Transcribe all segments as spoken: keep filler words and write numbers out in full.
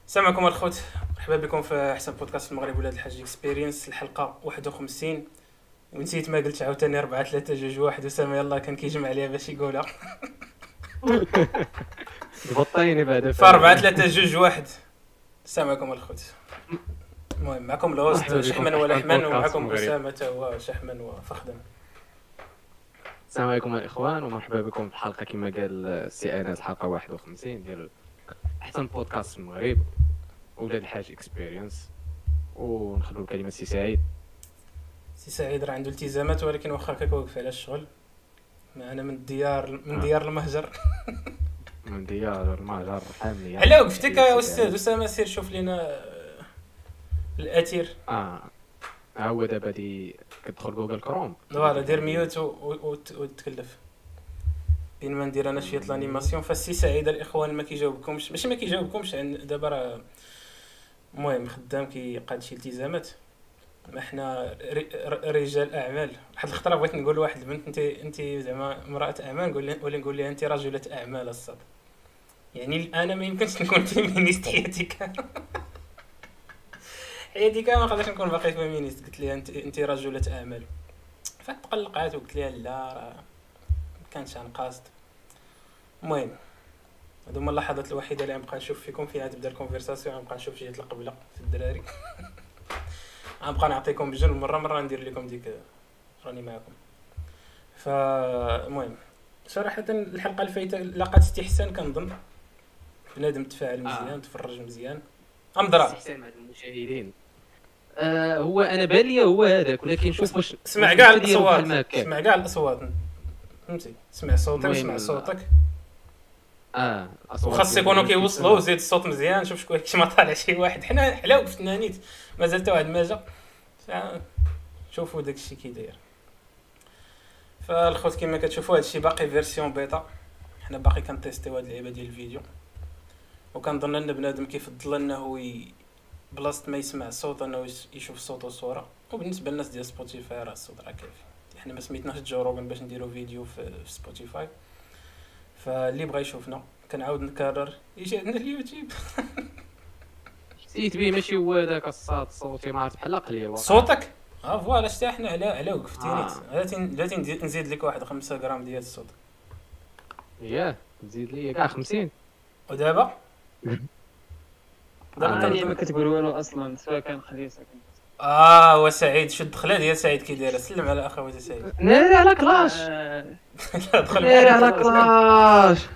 السلام عليكم الخوت، مرحبا بكم في احسن بودكاست في المغرب ولاد الحاج اكسبيرينس الحلقه واحد وخمسين. ونسيت ما قلت عاوتاني أربعة ثلاثة جوج واحد. وسام يلا كان كيجمع عليها باش يقولها ضبطيني بعدا في أربعة فهمي. ثلاثة جوج واحد. السلام عليكم الخوت. المهم معكم الهوست مرحبا بكم شحمن في أحسن ولحمن، بودكاست في ومعكم المغرب. اسامه هو شحمن وفخدم. السلام عليكم الاخوان ومرحبا بكم في حلقه كما قال السي انس، حلقه واحد وخمسين ديال احسن بودكاست في المغرب ولاد الحاج اكسبيرينس. ونخلو الكلمه سي سعيد. سي سعيد راه عنده التزامات، ولكن واخا هكاك واقف على الشغل معنا من الديار من آه. ديار المهجر. من ديار المهجر حاميه. على وقفتك يا استاذ اسامه، سير شوف لنا الاثير. اه ها هو دابا دي كتدخل جوجل كروم فوالا دير ميوت و- و- وت- وتكلف. بين ما ندير انا شويه الانيماسيون فالسي سعيد الاخوان ما كيجاوبكمش، ماشي ما كيجاوبكمش عن دابا راه المهم خدام كيقاد شي التزامات. ما حنا ر- ر- رجال اعمال. واحد الخطره بغيت نقول لواحد البنت انت انت زعما امراه اعمال، نقول لها ولا نقول لها انت رجله اعمال الصاد. يعني انا ما يمكنش نكون فيمينيست حياتك حياتك ما نقدرش نكون باقي فيمينيست. قلت لها انت انت رجله اعمال، فتقلقات وقلت لها لا راه ما كانش عن قصد. المهم هادو هما اللحظات الوحيده اللي غنبقى نشوف فيكم فيها تبدا الكونفرساسيون. غنبقى نشوف جهه القبله في الدراري غنبقى نعطيكم بجوج مره مره ندير لكم ديك راني معكم. فالمهم صراحه الحلقه الفايته لقات استحسان كنظن. بنادم تفاعل مزيان، تفرج مزيان. امضرا استحسان مع المشاهدين. آه هو انا بالي هو هذاك، ولكن شوف واش اسمع واش كاع انت ديالو بحال الاصوات، ما هكاك. اسمع كاع الاصوات فهمتي. سمع صوتي المهم وسمع صوتك، اه اصوات وخاص ديال يكونوا الناس كيوصلوا. كيتسمعوا. وزيد الصوت مزيان، شوف شكون كيما طالع شي واحد. حنا حلاوه وقفتنا نيت مازال حتى واحد ما جا. ف- شوفوا داكشي كي داير. فالخوت كما كتشوفوا هادشي باقي فيرسيون بيتا. حنا باقي كنتيستيو هاد اللعيبه ديال الفيديو، وكنظن ان بنادم كيفضل انه ي... بلاصه ما يسمع الصوت انه يس- يشوف الصوت والصوره. وبالنسبه للناس ديال سبوتيفاي راه الصوت راه كافي. حنا ما سميتناش جو روغن باش نديرو فيديو في, في سبوتيفاي. فاللي بغى يشوفنا كنعاود نكرر يجي عندنا اليوتيوب. سيت بيه ماشي هو هذاك الصوت صوتي ما عرفت بحال قليل واقع. صوتك اه فوالا شتي حنا على على وقفتي نيت. آه. غادي غادي نزيد نزيد لك واحد خمسة غرام ديال الصوت. ياه تزيد لي كاع خمسين. ودابا دابا آه. يعني ما كنظن كتقول والو اصلا، سواء كان خليه ساكن. اه وسعيد شد دخله ديال سعيد كي داير. سلم على اخواتي سعيد. ناري على كلاش، آه، لا دخل ناري معايا. على كلاش.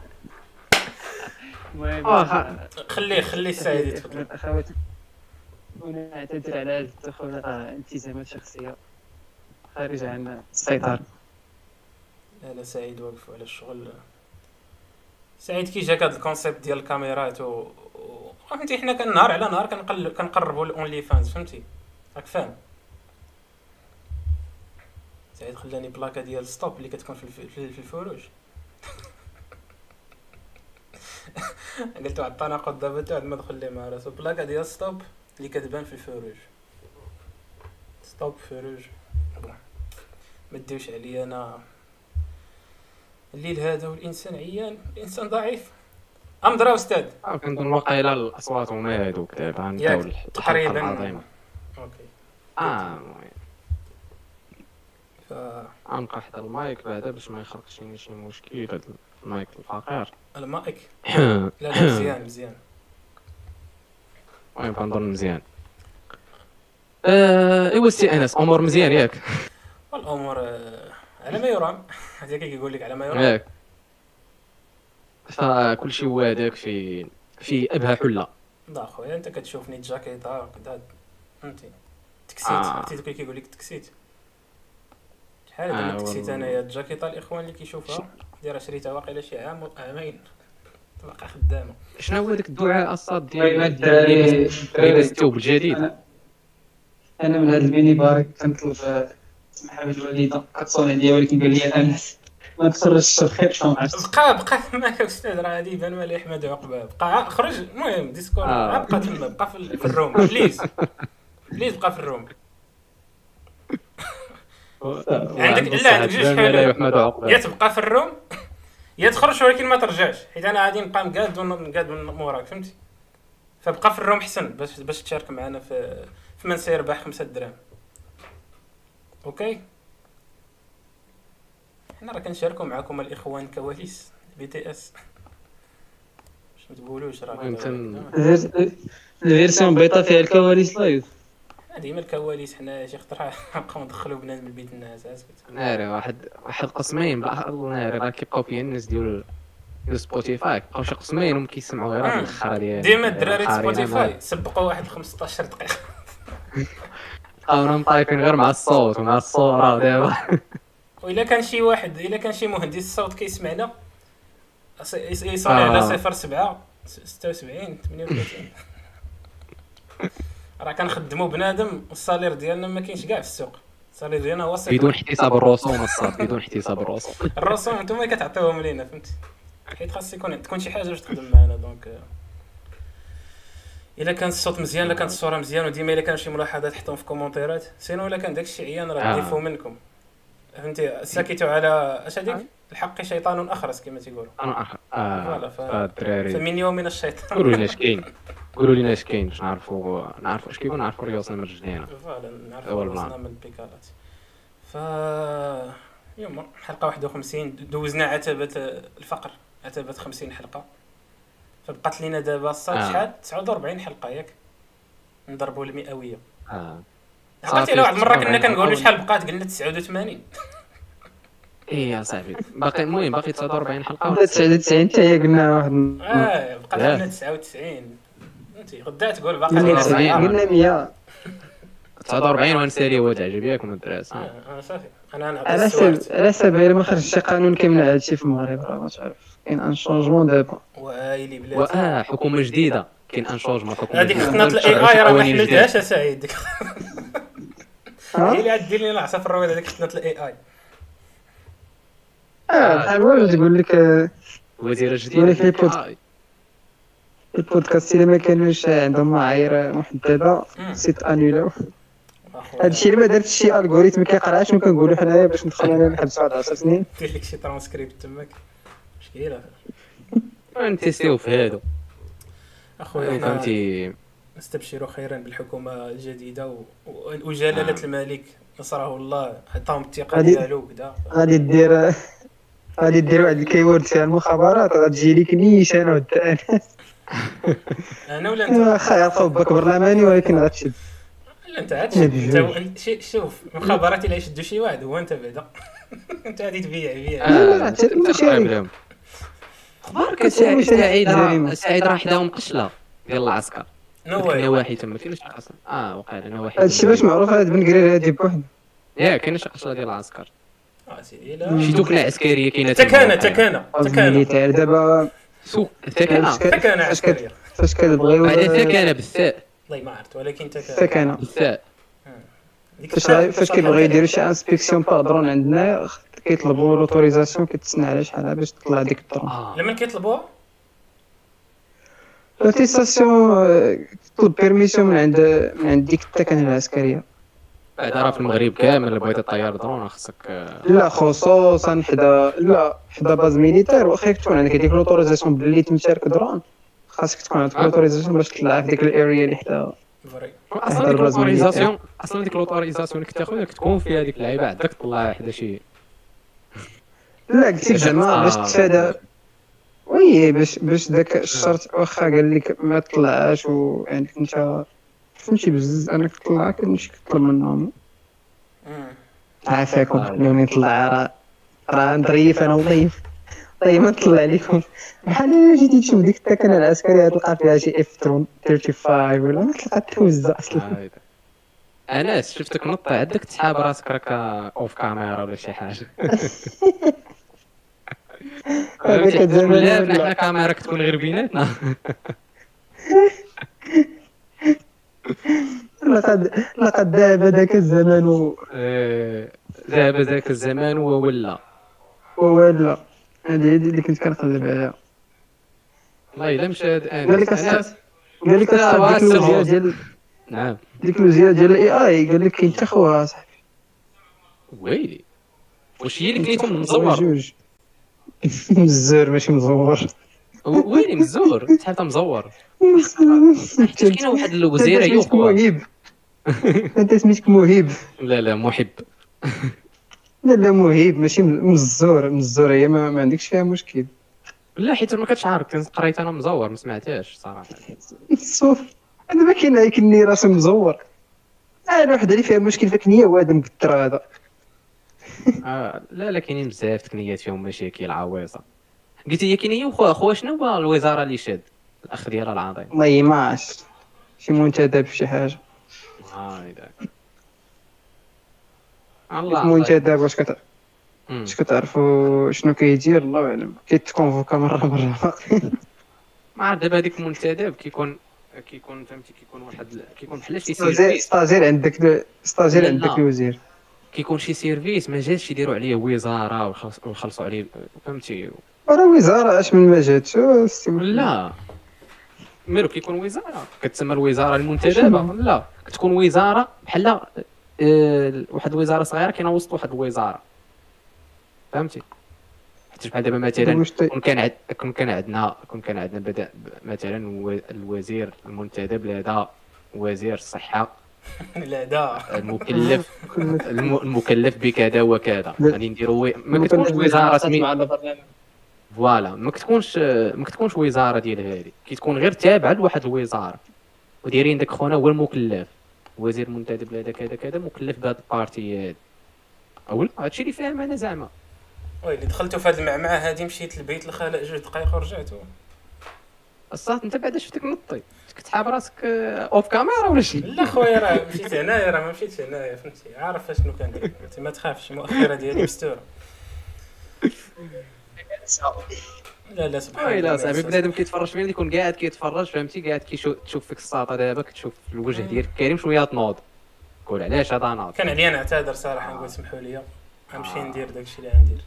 المهم آه، آه، خليه خليه سعيد يتفضل. الاخوات ونعتذر على هذا الدخول، راه التزامات شخصيه خارجه عن السيطره. لا لا سعيد واقف على الشغل. سعيد كي جاك هذا الكونسيبت ديال الكاميرات و و- فهمتي حنا كان نهار على نهار كنقل كنقربوا الاونلي فانز فهمتي. راك فاهم. سعيد خلاني بلاكا ديال ستوب اللي كتكون في الف... في في الفروج. قلت واحد التناقض دابا حتى واحد ما دخل لي مع راسو. بلاكا ديال ستوب اللي كتبان في الفروج. ستوب فروج. بون. ما ديوش عليا انا الليل هذا والانسان عيان، الانسان ضعيف. امضرا استاذ. آه، كنظن واقيلا الاصوات هما هادوك دابا ياك غنبداو الحلقه تقريبا. العظيمه. اوكي. اه المهم ف غنبقى حدا المايك بعدا باش ما يخرجش شي شي مشكل هاد المايك الفقير. المايك لا لا مزيان مزيان. المهم كنظن مزيان. آه ايوا سي انس امور مزيان ياك؟ والامور آه، على ما يرام. هذا كي كيقول لك على ما يرام. ياك فكل شيء هو هذاك في في ابها حله. لا خويا انت كتشوفني جاكيطه كذا فهمتي. تكسيت آه. عرفتي دوك اللي كيقول لك تكسيت. شحال هذا آه من تكسيت والله. انايا الجاكيطه الاخوان اللي كيشوفها دايره شريتها واقيلا شي عام و- عامين تبقى خدامه. شنو هو داك الدعاء الصاد المهم ديال الدراري ديال الثوب الجديد؟ انا انا من هذا الميني بار كنطلب آه، سمحه من الوالده كتصون عليا، ولكن قال لي انس ما تخرجش الخير شنو عرفت. بقى بقى تما استاذ راه غادي يبان مالي احمد عقبه. بقى خرج المهم ديسكورد. آه. بقى تما بقى في ال- في الروم بليز بليز بقى في الروم. عندك لا عندك جوج حلول. احمد عقبه. يا تبقى في الروم يا تخرج ولكن ما ترجعش، حيت انا غادي نبقى مقاد ونقاد من موراك فهمتي. فبقى في الروم حسن باش باش تشارك معنا في في من سيربح خمسة دراهم. اوكي حنا راه كنشاركوا معكم الاخوان كواليس بي تي اس باش ما تقولوش راه المهم الفيرسيون بيتا فيها الكواليس لايف. ديما الكواليس حنا شي خطره نبقاو ندخلوا بنادم من بيت الناس اسكت. ناري واحد واحد قسمين بقى الله ناري راه كيبقاو فيا الناس ديال ديال سبوتيفاي بقاو شي قسمين هما كيسمعوا غير هاد الخرا ديال ديما الدراري سبوتيفاي سبقوا واحد خمسطاش دقيقه بقاونا مطايقين غير مع الصوت ومع الصوره دابا. والا كان شي واحد الا كان شي مهندس الصوت كيسمعنا يصوني على صفر سبعة ستة وسبعين ثمانية وثلاثين راه كنخدموا بنادم والصالير ديالنا ما كاينش كاع في السوق. الصالير ديالنا هو صفر بدون احتساب الرسوم الصاد بدون احتساب الرسوم. الرسوم نتوما كتعطيوهم لينا فهمتي حيت خاص يكون تكون شي حاجه باش تخدم معنا. دونك الا كان الصوت مزيان الا كانت الصوره مزيان وديما الا كان شي ملاحظات حطوهم في كومونتيرات سينو الا كان داكشي عيان راه آه. ضيفوا منكم فهمتي. ساكتوا على اش هذيك الحق شيطان اخرس كما تيقولوا. انا اخ اه فالدراري فمن يوم من الشيطان قولوا لنا اش كاين قولوا لنا اش كاين باش نعرفوا نعرفوا اش كيكون نعرفوا ريوسنا من رجلينا فوالا نعرفوا أول راسنا بلان. من البيكالات. ف يوم حلقه واحد وخمسين دوزنا عتبه الفقر عتبه خمسين حلقه فبقات لينا دابا الصاد آه. شحال تسعة وأربعين حلقه ياك نضربوا المئويه. اه عقلتي لو واحد المره كنا كنقولوا شحال بقات قلنا تسعة وثمانين. ايه يا صاحبي باقي المهم باقي تسعة وأربعين حلقه ولا تسعة وتسعين حتى هي قلنا واحد اه بقات ياه. لنا تسعة وتسعين فهمتي غدا تقول باقي قلنا لينا تسعين. سبعة. قلنا مية. تسعة وأربعين ونسالي هو تعجب ياكم الدراس. اه آه، صافي انا نعطي على السؤال حسب على حسب الا ما خرج شي قانون كيمنع هادشي في المغرب راه ما تعرف كاين ان شونجمون دابا. وايلي بلاتي واه حكومه جديده كاين ان شونجمون حكومه هذيك جديدة. خطنات الاي اي راه ما قوانين جديدة. حلتهاش سعيد ديك هي اللي غدير لنا العصا في الرويضه هذيك خطنات الاي اي. اه بحال واش تقول لك آه، وزيره ولكن جديده البود- آه. البودكاست الا ما كانوش عندهم معايير محدده سيت انيلو. هادشي اللي ما درتش شي الغوريثم كيقرا شنو كنقولوا حنايا باش ندخلوا انا نحبسوا واحد عشر سنين. دير لك شي ترانسكريبت تماك مشكله نتيستيو في هادو اخويا. حنا فهمتي. نستبشروا خيرا بالحكومه الجديده و... و... وجلاله آه. الملك نصره الله عطاهم الثقه غادي- ديالو وكذا. غادي دير غادي دير واحد الكيورد فيها المخابرات غتجي لك نيشان والدان. انا ولا انت واخا يعرفوا باك برلماني ولكن غتشد. لا انت عاد ما شد- بجوج. انت شي- شوف المخابرات الا يشدوا شي واحد هو انت بعدا انت غادي تبيع بيع اه حتى انت ماشي قريب عليك. لهم. اخبارك كتساوي سعيد شي سعيد جريمة. راه سعيد راه حداهم قشله ديال العسكر. نو كاين واي نواحي تما كاين شي قصه اه وقع نواحي هادشي باش معروف هاد بن قرير هادي بوحدو. ياك كاين شي قشله ديال العسكر اه سيدي لا شي دوكنه عسكريه كاينه تكانه تكانه تكانه ميليتير دابا سوق تكانه تكانه عسكريه فاش كتبغيو بعدا تكانه بالثاء والله ما عرفت ولكن تكانه السكنه بالثاء ديك فاش الشهر- فاش كيبغيو يديروا شي انسبكسيون با درون عندنا كيطلبوا لوتوريزاسيون كتسنى على شحال باش تطلع ديك الدرون. اه لمن كيطلبوها لوتيستاسيون تطلب بيرميسيون من عند من عند ديك التكنه العسكريه. بعدا راه في المغرب كامل اللي بغيتي طيار درون خاصك آه، لا خصوصا حدا لا حدا باز ميليتير واخا تكون عندك هذيك لوتوريزاسيون باللي تمشارك درون خاصك تكون عندك لوتوريزاسيون باش تطلع في ديك الاريا اللي حدا. فري اصلا ديك لوتوريزاسيون اصلا ديك لوتوريزاسيون اللي كتاخذها كتكون فيها ديك اللعيبه عندك تطلع حدا شي لا قلت لك زعما باش آه. تفادى وي باش باش داك الشرط واخا قال لك ما تطلعش وعندك انت فهمتي بزز انك تطلع كنمشي كطلب منهم عافاكم خلوني نطلع راه راه نظريف انا نظيف طيب ما نطلع عليكم بحال الا جيتي تشوف ديك التكنه العسكريه تلقى فيها شي اف ثلاثة وثلاثين ولا ما تلقى توزع اصلا. هايدا. انس شفتك نط عندك تسحاب راسك راك اوف كاميرا ولا شي حاجه هذاك لا الزمان حنا ولا كاميرا كتكون غير بيناتنا لقد لقد ذهب ذاك الزمان و- آه، ذهب ذاك الزمان وولى وولا هذه هذه اللي كنت كنقلب عليها. والله الا مشى هاد قال لك انس أستاذ- انس قال لك لا، أصاحبي ديك واسر الوزيره هو. ديال نعم ديك الوزيره ديال الاي اي قال لك كاين حتى خوها صاحبي ويلي واش هي اللي كليتهم مزور جوج مزور ماشي مزور ويلي مزور شحال تا مزور كاينه واحد الوزيره انت سميتك يوخوا. مهيب انت سميتك مهيب لا لا محب. لا لا مهيب ماشي مزور مزور هي ما, ما عندكش فيها مشكل. لا حيت ما كنتش عارف، كنت قريت انا مزور ما سمعتهاش صراحه. صوف انا ما كاين هيك اني راسي مزور. انا الوحده اللي فيها مشكل فيك نيه وهذا مبتر هذا. آه لا لا كاينين بزاف تقنيات فيهم مشاكل عويصه. قلت لي كاين هي خويا خويا شنو هو الوزاره اللي شاد الاخ ديالها العظيم؟ والله ما عرفت شي منتدب في شي حاجه. اه هذاك الله الله منتدب واش كت مم. واش كتعرفوا شنو كيدير الله اعلم. كيتكونفوكا مره مره. ما عرفت دابا هذيك المنتدب كيكون كيكون فهمتي كيكون واحد ال- كيكون بحال شي ستاجير سيرفيس، ستاجير عندك ستاجير لا، عندك لا. الوزير. كيكون شي سيرفيس ما جاتش يديروا عليه وزاره ويخلص- ويخلصوا عليه فهمتي. راه وزاره اش من ما جاتش السي محمد. لا ميرو كيكون وزاره كتسمى الوزاره المنتدبه. لا كتكون وزاره بحال آه، واحد الوزاره صغيره كاينه وسط واحد الوزاره فهمتي. حيت بحال دابا مثلا واش ت- كون كان عد... كون كان عندنا كون كان عندنا بدا مثلا و- الوزير المنتدب لهذا وزير الصحه لا دا المكلف الم... المكلف بكذا وكذا لا. غادي نديرو وي... ما كتكونش وزاره سمي فوالا ما كتكونش ما كتكونش وزاره ديال هذه، كتكون غير تابعه لواحد الوزاره ودايرين داك خونا هو المكلف وزير المنتدب لهذا كذا كذا مكلف بهذا البارتي هذا. او لا هادشي اللي فاهم انا زعما. وي اللي دخلتوا في هذه المعمعه هذه مشيت للبيت الخلاء جوج دقائق ورجعتوا. الصات انت بعدا شفتك نطي كنت حاب راسك آه، اوف كاميرا ولا شي؟ لا خويا راه مشيت هنايا راه ما مشيتش هنايا فهمتي عارف شنو كندير انت ما تخافش المؤخره ديالي مستوره. لا لا سبحان الله. وي لا صاحبي بنادم كيتفرج فينا يكون قاعد كيتفرج فهمتي قاعد كيشوف تشوف فيك الساطه دابا كتشوف الوجه ديالك كريم شويه تنوض قول علاش هذا ناض. كان عليا نعتذر صراحه نقول سمحوا لي غنمشي ندير داكشي اللي غندير.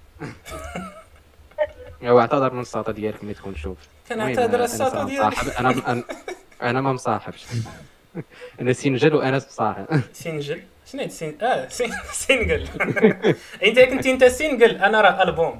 هو اعتذر من الساطه ديالك ملي تكون تشوف. كنعتذر الساطه ديالي. انا انا انا ما مصاحبش. انا سنجل وانا مصاحب. سنجل شنو هاد سين اه سين سينجل. انت كنتي انت سينجل انا راه البوم.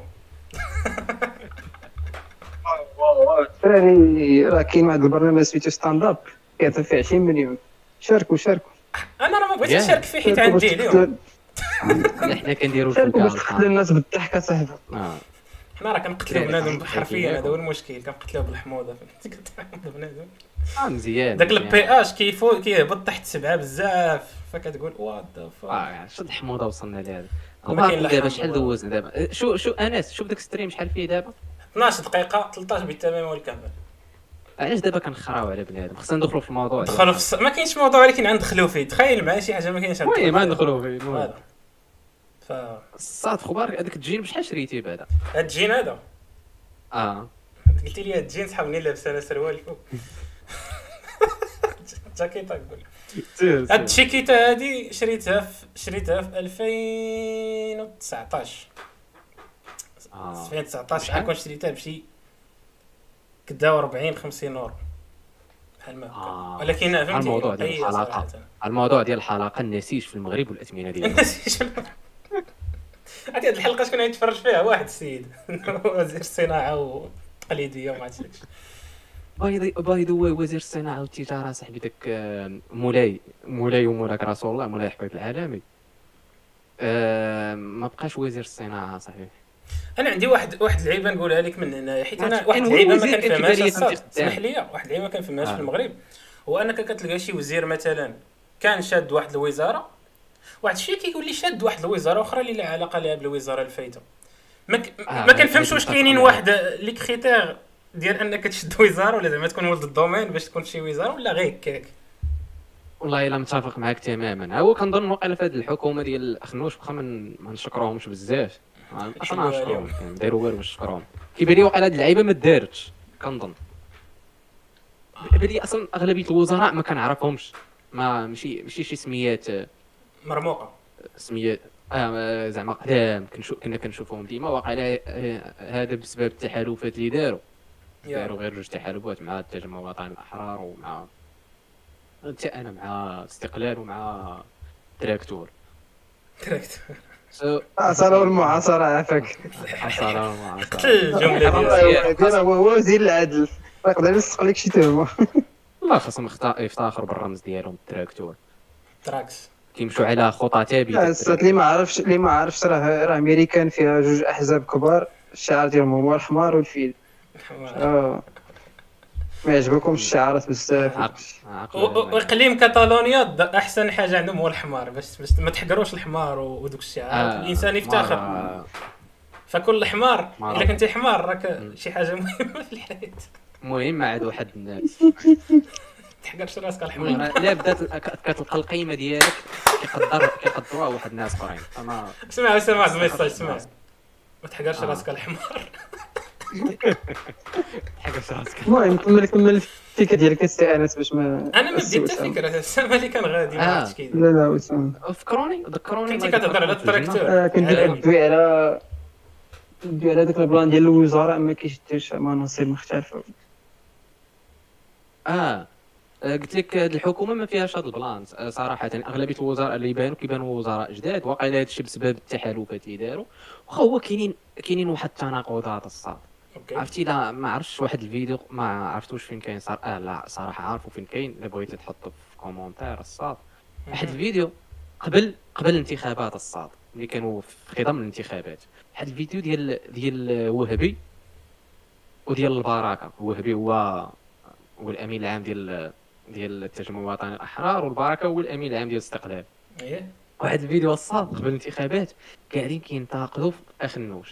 الدراري راه كاين واحد البرنامج سميتو ستاند اب كيعطي فيه عشرين مليون. شاركوا شاركوا انا راه ما بغيتش ياه. نشارك فيه حيت عندي عليهم. لا حنا كنديروا شاركوا باش الفكره. تقتل الناس بالضحك اصاحبي. اه حنا راه كنقتلوا لا، بنادم لا، حرفيا لا. هذا هو المشكل كنقتلوه بالحموضه فهمتي كتحمض بنادم. آه، مزيان داك مزيان. البي اش كيفو كيهبط تحت سبعه بزاف فكتقول وات ذا فاك. اه شد الحموضه وصلنا لهذا. ما كاين لا دابا حموضة. شحال دوزنا دابا شو شو انس شوف داك ستريم شحال فيه دابا. اثناش دقيقه ثلاثة عشر بالتمام والكامل. علاش دابا كنخراو على بنادم خصنا ندخلوا في الموضوع دخلوا في الص... ما كاينش موضوع ولكن غندخلوا فيه تخيل معايا شي حاجه ما كاينش وي ما ندخلوا فيه المهم. هذا ف الصاد خبارك هذاك الجين بشحال شريتيه بعدا؟ هاد الجين هذا اه قلتي لي هاد الجين صحاب منين لابس انا سروال فوق. جاكيطه نقول هاد الشيكيتا هادي شريتها في شريتها في ألفين وتسعطاش اه ألفين وتسعطاش بشحال؟ شحال كنت شريتها بشي كدا أربعين خمسين اورو بحال ما آه. هكا ولكن فهمتي الموضوع ديال أي الحلقة. صراحة. الموضوع ديال الحلقه النسيج في المغرب والاثمنه ديالها. عرفتي هاد الحلقه شكون غيتفرج فيها واحد السيد وزير الصناعه وتقليديه وما عرفتش داكشي. باي باي ذا واي وزير الصناعه والتجاره صاحبي داك آه، مولاي مولاي ومولاك رسول الله مولاي حبيب العالمي آه، ما بقاش وزير الصناعه صاحبي. انا عندي واحد واحد اللعيبه نقولها لك من هنايا حيت انا عرفت واحد أين هو اللعيبه ما الوزير كنفهمهاش كان كيبان لي الصاد فهمتي سمح قدام. لي واحد اللعيبه ما كنفهمهاش آه. في المغرب هو انك كتلقى شي وزير مثلا كان شاد واحد الوزاره واحد الشيء كيقول لي شاد واحد الوزاره اخرى اللي لها علاقه لها بالوزاره الفايته ما ك... آه، ما كنفهمش واش متفق كاينين معاك. واحد لي كريتير ديال انك تشد وزاره ولا زعما تكون ولد الدومين باش تكون شي وزاره ولا غير هكاك. والله الا متفق معاك تماما. هو كنظن واقيلا في هذه الحكومه ديال اخنوش واخا من ما نشكروهمش بزاف اصلا نشكرهم يعني داروا والو باش نشكرهم. كيبان لي واقيلا هاد اللعيبه ما دارتش كنظن. بان لي اصلا اغلبيه الوزراء ما كنعرفهمش ما ماشي ماشي شي سميات مرموقه سميات آه زعما قدام كنشوف كنا كنشوفهم ديما واقيلا آه، هذا بسبب التحالفات اللي داروا داروا غير جوج تحالفات مع التجمع الوطني الاحرار ومع حتى انا مع استقلال ومع تراكتور تراكت سو عصارة والمعاصرة عافاك. حصل مع قتل الجمله ديالك هو هو وزير العدل يقدر يلصق لك شي تهمه. لا خاصهم يختا- يفتخروا بالرمز ديالهم التراكتور، تراكس. كيمشوا على خطى ثابته. لا السات اللي ما عرفش اللي ما عرفش راه راه امريكان فيها جوج احزاب كبار، الشعار ديالهم هو الحمار والفيل. اه ما يعجبكمش الشعارات بزاف. عقل عقل و- و- واقليم كاتالونيا د- احسن حاجه عندهم هو الحمار، باش باش ما تحقروش الحمار و- ودوك الشعارات. آه، الانسان يفتخر، مرة- فكل حمار مرة. الا كنتي حمار راك مم. شي حاجه مهمه في الحياه. المهم عاد واحد الناس تحقرش راسك المهم الحمار. لا بدات ك- كتلقى القيمه ديالك كيقدر كيقدروها واحد الناس اخرين. انا اسمع اسمع واحد الميساج، اسمع الناس. ما تحقرش آه. راسك الحمار. حاجه راسك. المهم كمل كمل الفكره ديالك استي انس باش ما انا ما نسيوش بديت حتى أنا. فكره السما اللي كان غادي ما آه. عرفتش كيدير. لا لا اسمع. فكروني ذكروني كنتي الله كتهضر على يذكركم في الجنة. التراكتور. آه، كنت عالمي. ندوي على ندوي على داك البلان ديال الوزراء ما كيشدوش مناصب مختلفه. اه آه، قلت لك هاد الحكومه ما فيهاش هاد البلان آه، صراحه. يعني اغلبيه الوزراء اللي يبانوا كيبانوا وزراء جداد، واقيلا هادشي بسبب التحالفات اللي داروا. واخا هو كاينين كاينين واحد التناقضات الصاد. اوكي. عرفتي لا ما عرفتش واحد الفيديو ما عرفتوش فين كاين صار. اه لا صراحه عارفو فين كاين، الا بغيتي تحطو في كومونتير الصاد. واحد الفيديو قبل قبل الانتخابات الصاد اللي كانوا في خضم الانتخابات. واحد الفيديو ديال ديال وهبي وديال البركه. وهبي هو هو الامين العام ديال ديال التجمع الوطني الاحرار، والبركه هو الامين العام ديال الاستقلال. ايه واحد الفيديو الصاد قبل الانتخابات قاعدين كينتقدوا في اخنوش.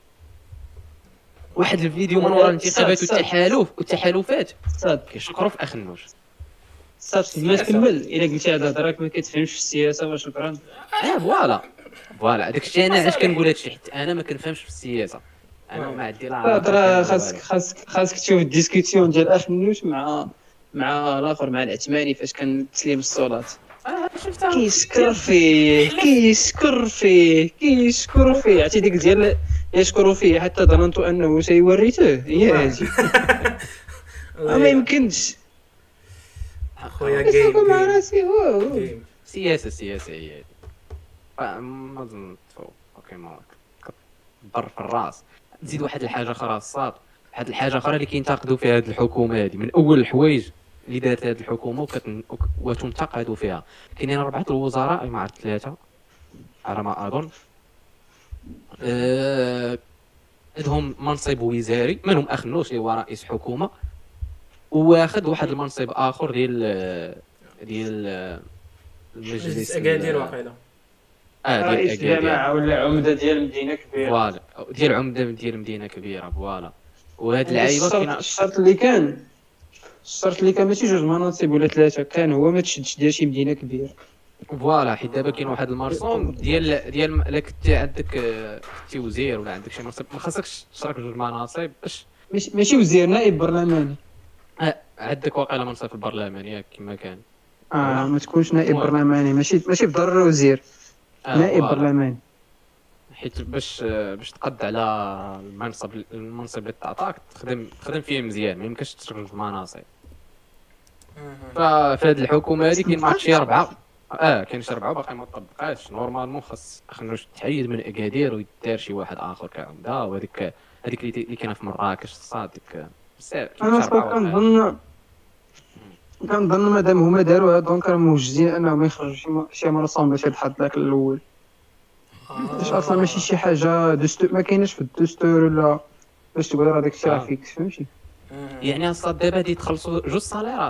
واحد الفيديو من وراء الانتخابات والتحالف والتحالفات صاد كيشكروا في اخنوش. صاد ما تكمل الا قلتي هذا هضرك ما كتفهمش في السياسه وشكرا. اه فوالا فوالا هذاك الشيء. انا علاش كنقول هادشي؟ حيت انا ما كنفهمش في السياسه. انا ما عندي لا علاقة راه كاملة خاصك والو. خاصك خاصك تشوف الديسكسيون ديال اخ النوش مع مع الاخر مع العثماني فاش كان تسليم الصولات. اه شفتها كيشكر فيه كيشكر فيه كيشكر فيه عرفتي ديك ديال يشكر فيه حتى ظننت انه سيورثه هي هذه. ما يمكنش اخويا كيشكر جيم مع جيم راسي هو جيم. سياسه سياسه هي هادي. آه، ما ظن فوق اوكي ما كتضر في الراس. تزيد واحد الحاجه اخرى الصاد. واحد الحاجه اخرى اللي كينتقدوا فيها هذه الحكومه هذه من اول الحوايج اللي دارت هذه الحكومه وكتن... وك- وتنتقدوا فيها. كاينين اربعه الوزراء ما عرفت ثلاثه على ما اظن أه... عندهم منصب وزاري، منهم اخنوش اللي هو رئيس حكومه، واخذ واحد المنصب اخر ديال ديال مجلس المجلس اكادير واقيلا. اه ديال رئيس اكادير. جامعه ولا عمده ديال مدينه كبيره. فوالا ديال عمده ديال مدينه كبيره. فوالا وهاد اللعيبه الشرط كاين الشرط اللي كان الشرط اللي كان ماشي جوج مناصب ولا ثلاثه، كان هو ما تشدش ديال شي مدينه كبيره. فوالا. حيت دابا كاين واحد المرسوم ديال ديال الا كنتي عندك آه، كنتي وزير ولا عندك شي منصب ما خاصكش تشارك جوج مناصب باش ماشي ماشي وزير، نائب برلماني. آه، عندك واقيلا منصب في البرلمان ياك كما كان. اه ما تكونش نائب المهم. برلماني، ماشي ماشي بالضروره وزير، آه، نائب فوالا. برلماني. حيت باش آه، باش تقد على المنصب المنصب اللي تعطاك تخدم تخدم فيه مزيان، ما يمكنش تشارك جوج مناصب. ففي هذه الحكومه هذه كاين واحد شي اربعه اه كاين شي اربعه باقي ما طبقاش. نورمالمون خاص خنوش تحيد من اكادير ويدار شي واحد اخر كعمده. وهذيك هذيك اللي اللي كاينه في مراكش الصاد ديك بزاف. انا صراحه كنظن كنظن مادام هما داروها دونك راه موجدين انهم يخرجوا شي م- شي مرسوم باش يتحط ذاك الاول. باش اصلا ماشي شي حاجه دستور، ما كايناش في الدستور ولا باش تقول راه داك الشيء راه آه. فيكس فهمتي. يعني الصاد دابا غادي تخلصوا جوج صاليرات.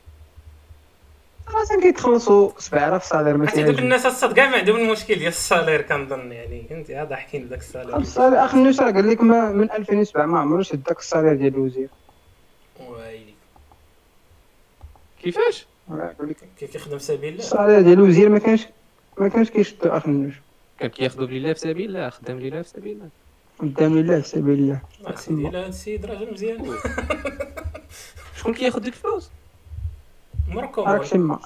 راه كيتخلصوا سبعة آلاف صالير حتى دوك مثلا. الناس الصاد كاع ما عندهم المشكل ديال الصالير كنظن. يعني فهمتي هذا حكينا داك الصالير. الصالير اخ النوس راه قال لك ما من ألفين وسبعة ما عمروش شد داك الصالير ديال الوزير. ويلي كيفاش؟ راه قال لك كيف كيخدم سبيل الله. الصالير ديال الوزير ما كانش ما كانش كيشد اخ النوس. كان كياخذوا بليله في سبيل الله، خدام ليله في سبيل الله. قدام الله في سبيل الله. آه، سيدي لا هاد السيد راجل مزيان. شكون كياخذ ديك الفلوس؟ مركم راك تما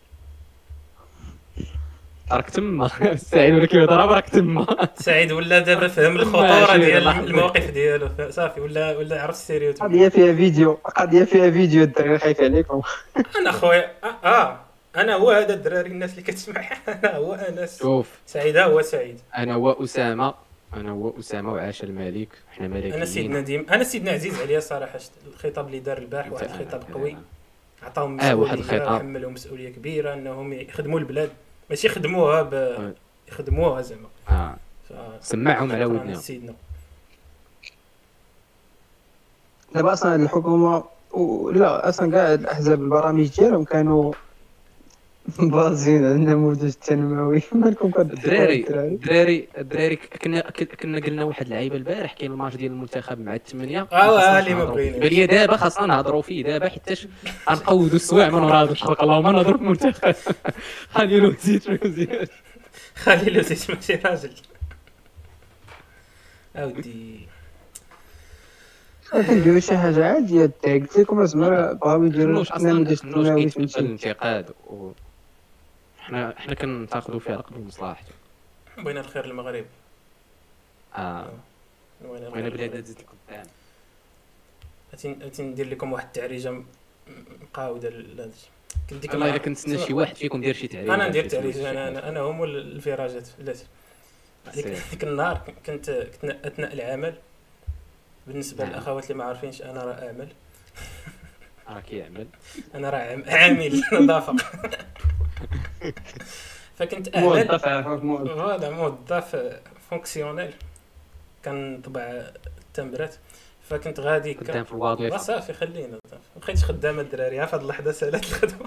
راك تما سعيد ولا كيهضر راك تما. سعيد ولا دابا فهم الخطوره ماشي ديال لحظة. المواقف ديالو صافي. ولا ولا عرف الستيريوتيب. قضيه فيها فيديو قضيه فيها فيديو الدراري خايف عليكم. انا خويا اه, آه. انا هو هذا الدراري الناس اللي كتسمع. انا هو انس. شوف سعيد ها هو سعيد. انا هو اسامه انا هو اسامه وعاش الملك، حنا ملكيين. انا سيدنا ديم انا سيدنا عزيز عليا صراحه. شت الخطاب اللي دار البارح واحد انت- الخطاب قوي، عطاهم اه واحد مسؤوليه الخطاب. وحملهم مسؤوليه كبيره انهم يخدموا البلاد، ماشي يخدموها ب آه. يخدموها زعما. اه ف- سمعهم على شكراً ودنهم. سيدنا. دابا اصلا هاد الحكومه و... لا اصلا كاع الاحزاب البرامج ديالهم كانوا بازين على النموذج التنموي. مالكم كتضحكوا على الدراري الدراري؟ الدراري الدراري كنا كنا قلنا واحد اللعيبه البارح كاين الماتش ديال المنتخب مع الثمانيه. اه خاصناش اللي ما نهضروا فيه. بغيناش. بلي دابا خاصنا نهضروا فيه دابا حيتاش غنقودوا السوايع من ورا هذا الحلقه. اللهم نهضروا في المنتخب. خليلو زيد زيد. خلي له زيت ماشي راجل. اودي كنديروا شي حاجه عاديه. قلت لكم زعما بغاو يديروا خنوش اصلا نموذج خنوش تنموي كيتقبل فهمتي. الانتقاد و حنا حنا كنتاخذوا فيه على قد مصلحته. بغينا الخير للمغرب. اه بغينا بغينا الخير. بلاد تزيد لقدام. غادي غادي ندير لكم واحد التعريجه م- مقاوده لهذا الشيء. كنت ديك والله الا النهار- كنتسنى شي واحد فيكم دير شي تعريف. انا ندير تعريج. انا انا, أنا هم الفراجات بلاتي. ديك سير. ديك النهار كنت كنت اثناء العمل. بالنسبه نعم. للاخوات اللي ما عارفينش انا راه اعمل. راه كيعمل. انا راه عام- عامل نظافه. فكنت اعمل موظف عارف موظف. فوالا موظف فونكسيونيل كنطبع التمبرات. فكنت غادي ك- قدام في الوظيفه. صافي خلينا ما بقيتش خدامه الدراري. ها في هاد اللحظه سالات الخدمه.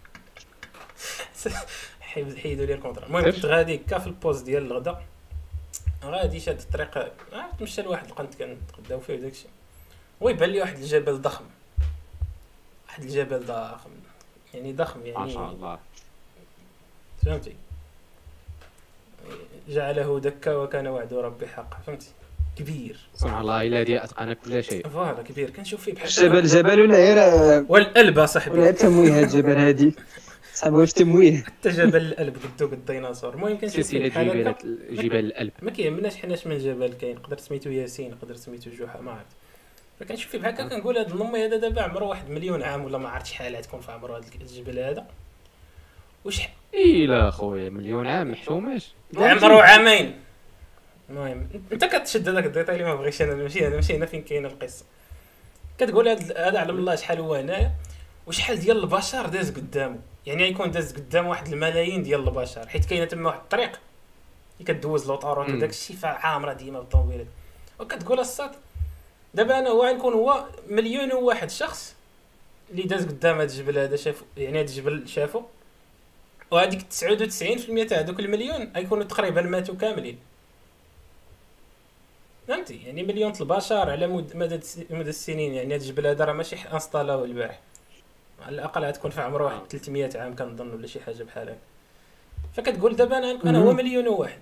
حيد- حيدوا لي الكونترا. المهم كنت غادي هكا في البوست ديال الغدا، غادي شاد الطريق. آه تمشى لواحد القنت كنتغداو فيه وداكشي، ويبان لي واحد الجبل ضخم. واحد الجبل ضخم يعني ضخم ما يعني شاء الله. فهمتي. جعله دكا وكان وعد ربي حقا. فهمتي كبير. سبحان الله الذي اتقن كل شيء. فوالا كبير. كنشوف فيه بحال جبل جبل ولا غير والقلب ولا صاحبي. تمويه هاد الجبل هادي صاحبي واش تمويه؟ حتى جبل القلب قدو قد الديناصور. المهم كنشوف فيه سلسله بحال جبال هكا. جبال الألب. ما كيهمناش حناش من جبل كاين. قدر سميتو ياسين، قدر سميتو جحا، ما عرفت. فكنشوف فيه بحال هكا كنقول هذا النمي هذا دابا عمره واحد مليون عام ولا ما عرفت شحال غتكون في عمره هذا الجبل هذا. وش اي لا خويا مليون عام محشوماش. عمره عامين. المهم انت كتشد هذاك الديتاي اللي ما بغيتش انا. ماشي هذا ماشي هنا فين كاينه القصه. كتقول هذا هذا علم الله شحال هو هنايا وشحال ديال البشر داز قدامه. يعني يكون داز قدام واحد الملايين ديال البشر، حيت كاينه تما واحد الطريق اللي كدوز لوطوروت مم. وداك الشيء عامره ديما بالطوموبيلات. وكتقول الصاد دابا انا هو غنكون هو مليون وواحد شخص اللي داز قدام هذا الجبل هذا شافو. يعني هذا الجبل شافو، وهذيك تسعة وتسعين بالمئة تاع دوك المليون غيكونوا تقريبا ماتوا كاملين. فهمتي يعني مليون البشر على مد مدى مدى السنين. يعني هذا الجبل هذا راه ماشي انستالاو البارح، على الاقل غتكون في عمره واحد ثلاثمئة عام كنظن ولا شي حاجه بحال هكا. فكتقول دابا انا انا هو مليون وواحد.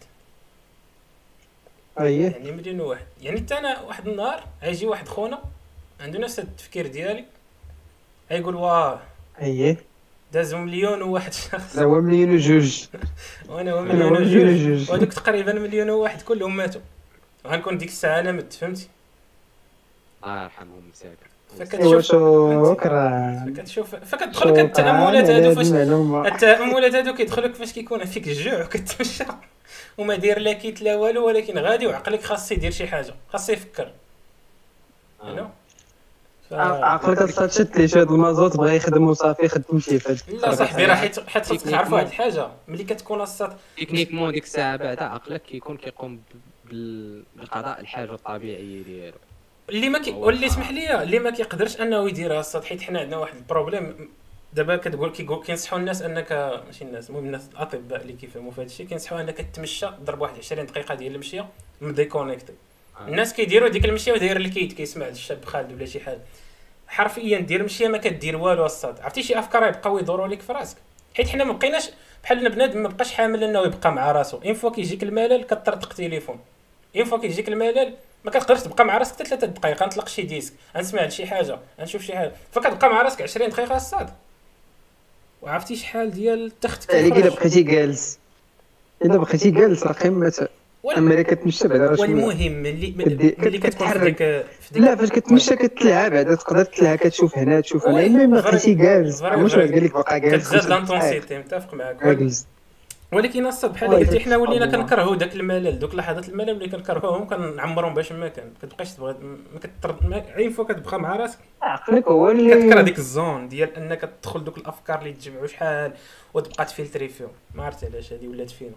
اييه يعني مليون وواحد. يعني حتى انا واحد النهار غيجي واحد خونا عنده نفس التفكير ديالي، غيقول واه اييه دازو مليون وواحد شخص هذا هو مليون وجوج. وانا هو انا مليون هو مليون وجوج، وجوج. وهذوك تقريبا مليون وواحد كلهم ماتوا. غنكون ديك الساعه انا مت. فهمتي. الله يرحمهم مساكن. ايوا فكتشوف شكرا فكتشوف فكتدخل لك التاملات هادو. فاش المعلومه التاملات هادو كيدخلوك فاش كيكون فيك الجوع وكتمشى وما داير لا كيت لا والو، ولكن غادي وعقلك خاص يدير شي حاجه، خاص يفكر. آه. ف... عقلك اصلا شت ليش هاد المازوت بغا يخدم وصافي خدم شي فاش لا صاحبي راه حيت حيت خاصك تعرف واحد الحاجه. ملي كتكون الساط تكنيكمون ديك الساعه بعدا عقلك كيكون كيقوم ب- بال- بقضاء الحاجه الطبيعيه ديالو. اللي ما كي واللي اسمح لي اللي ما كيقدرش انه يديرها الساط، حيت حنا عندنا واحد البروبليم دابا. كتقول كيقول كينصحوا الناس انك ماشي الناس، المهم الناس الاطباء اللي كيفهموا في هذا الشيء كينصحوا انك تمشى ضرب واحد عشرين دقيقه ديال المشيه مديكونيكتي. الناس كيديروا ديك المشيه وداير الكيت كيسمع الشاب خالد ولا شي حاجه. حرفيا دير مشيه ما كدير والو الصاد. عرفتي شي افكار يبقاو يدوروا لك في راسك، حيت حنا ما بقيناش بحال بنادم ما بقاش حامل انه يبقى مع راسو. اين فوا كيجيك الملل كطرطق تليفون، اين فوا كيجيك الملل ما كتقدرش تبقى مع راسك حتى ثلاثة دقائق. غنطلق شي ديسك، غنسمع لشي حاجه، غنشوف شي حاجه، فكتبقى مع راسك عشرين دقيقه الصاد. وعرفتي شحال ديال التخت عليك الا كيخرج. بقيتي جالس الا بقيتي جالس راه قمه. اما الا كتمشى بعدا راه شويه. والمهم ملي كدي- ملي كتكون في كتحرك. ديك في ديك لا فاش كتمشى كتلعب بعدا تقدر تلعب كتشوف هنا تشوف هنا. وي، الا ما فري- بقيتي جالس فري- واش فري. قال لك بقى جالس كتزاد خمسة دقايق. لانتونسيتي. متفق معاك. جالس ولكن الصاد بحال واه، قلتي حنا ولينا والله. كنكرهوا داك الملل، دوك لحظات الملل اللي كنكرهوهم كنعمرهم باش ما كان كتبقاش تبغي ما كتر ما- عين فوا كتبقى مع راسك عقلك هو كتكره اللي ديك الزون ديال انك تدخل دوك الافكار اللي تجمعوا شحال وتبقى تفلتري فيهم. ما عرفت علاش هذه ولات فينا،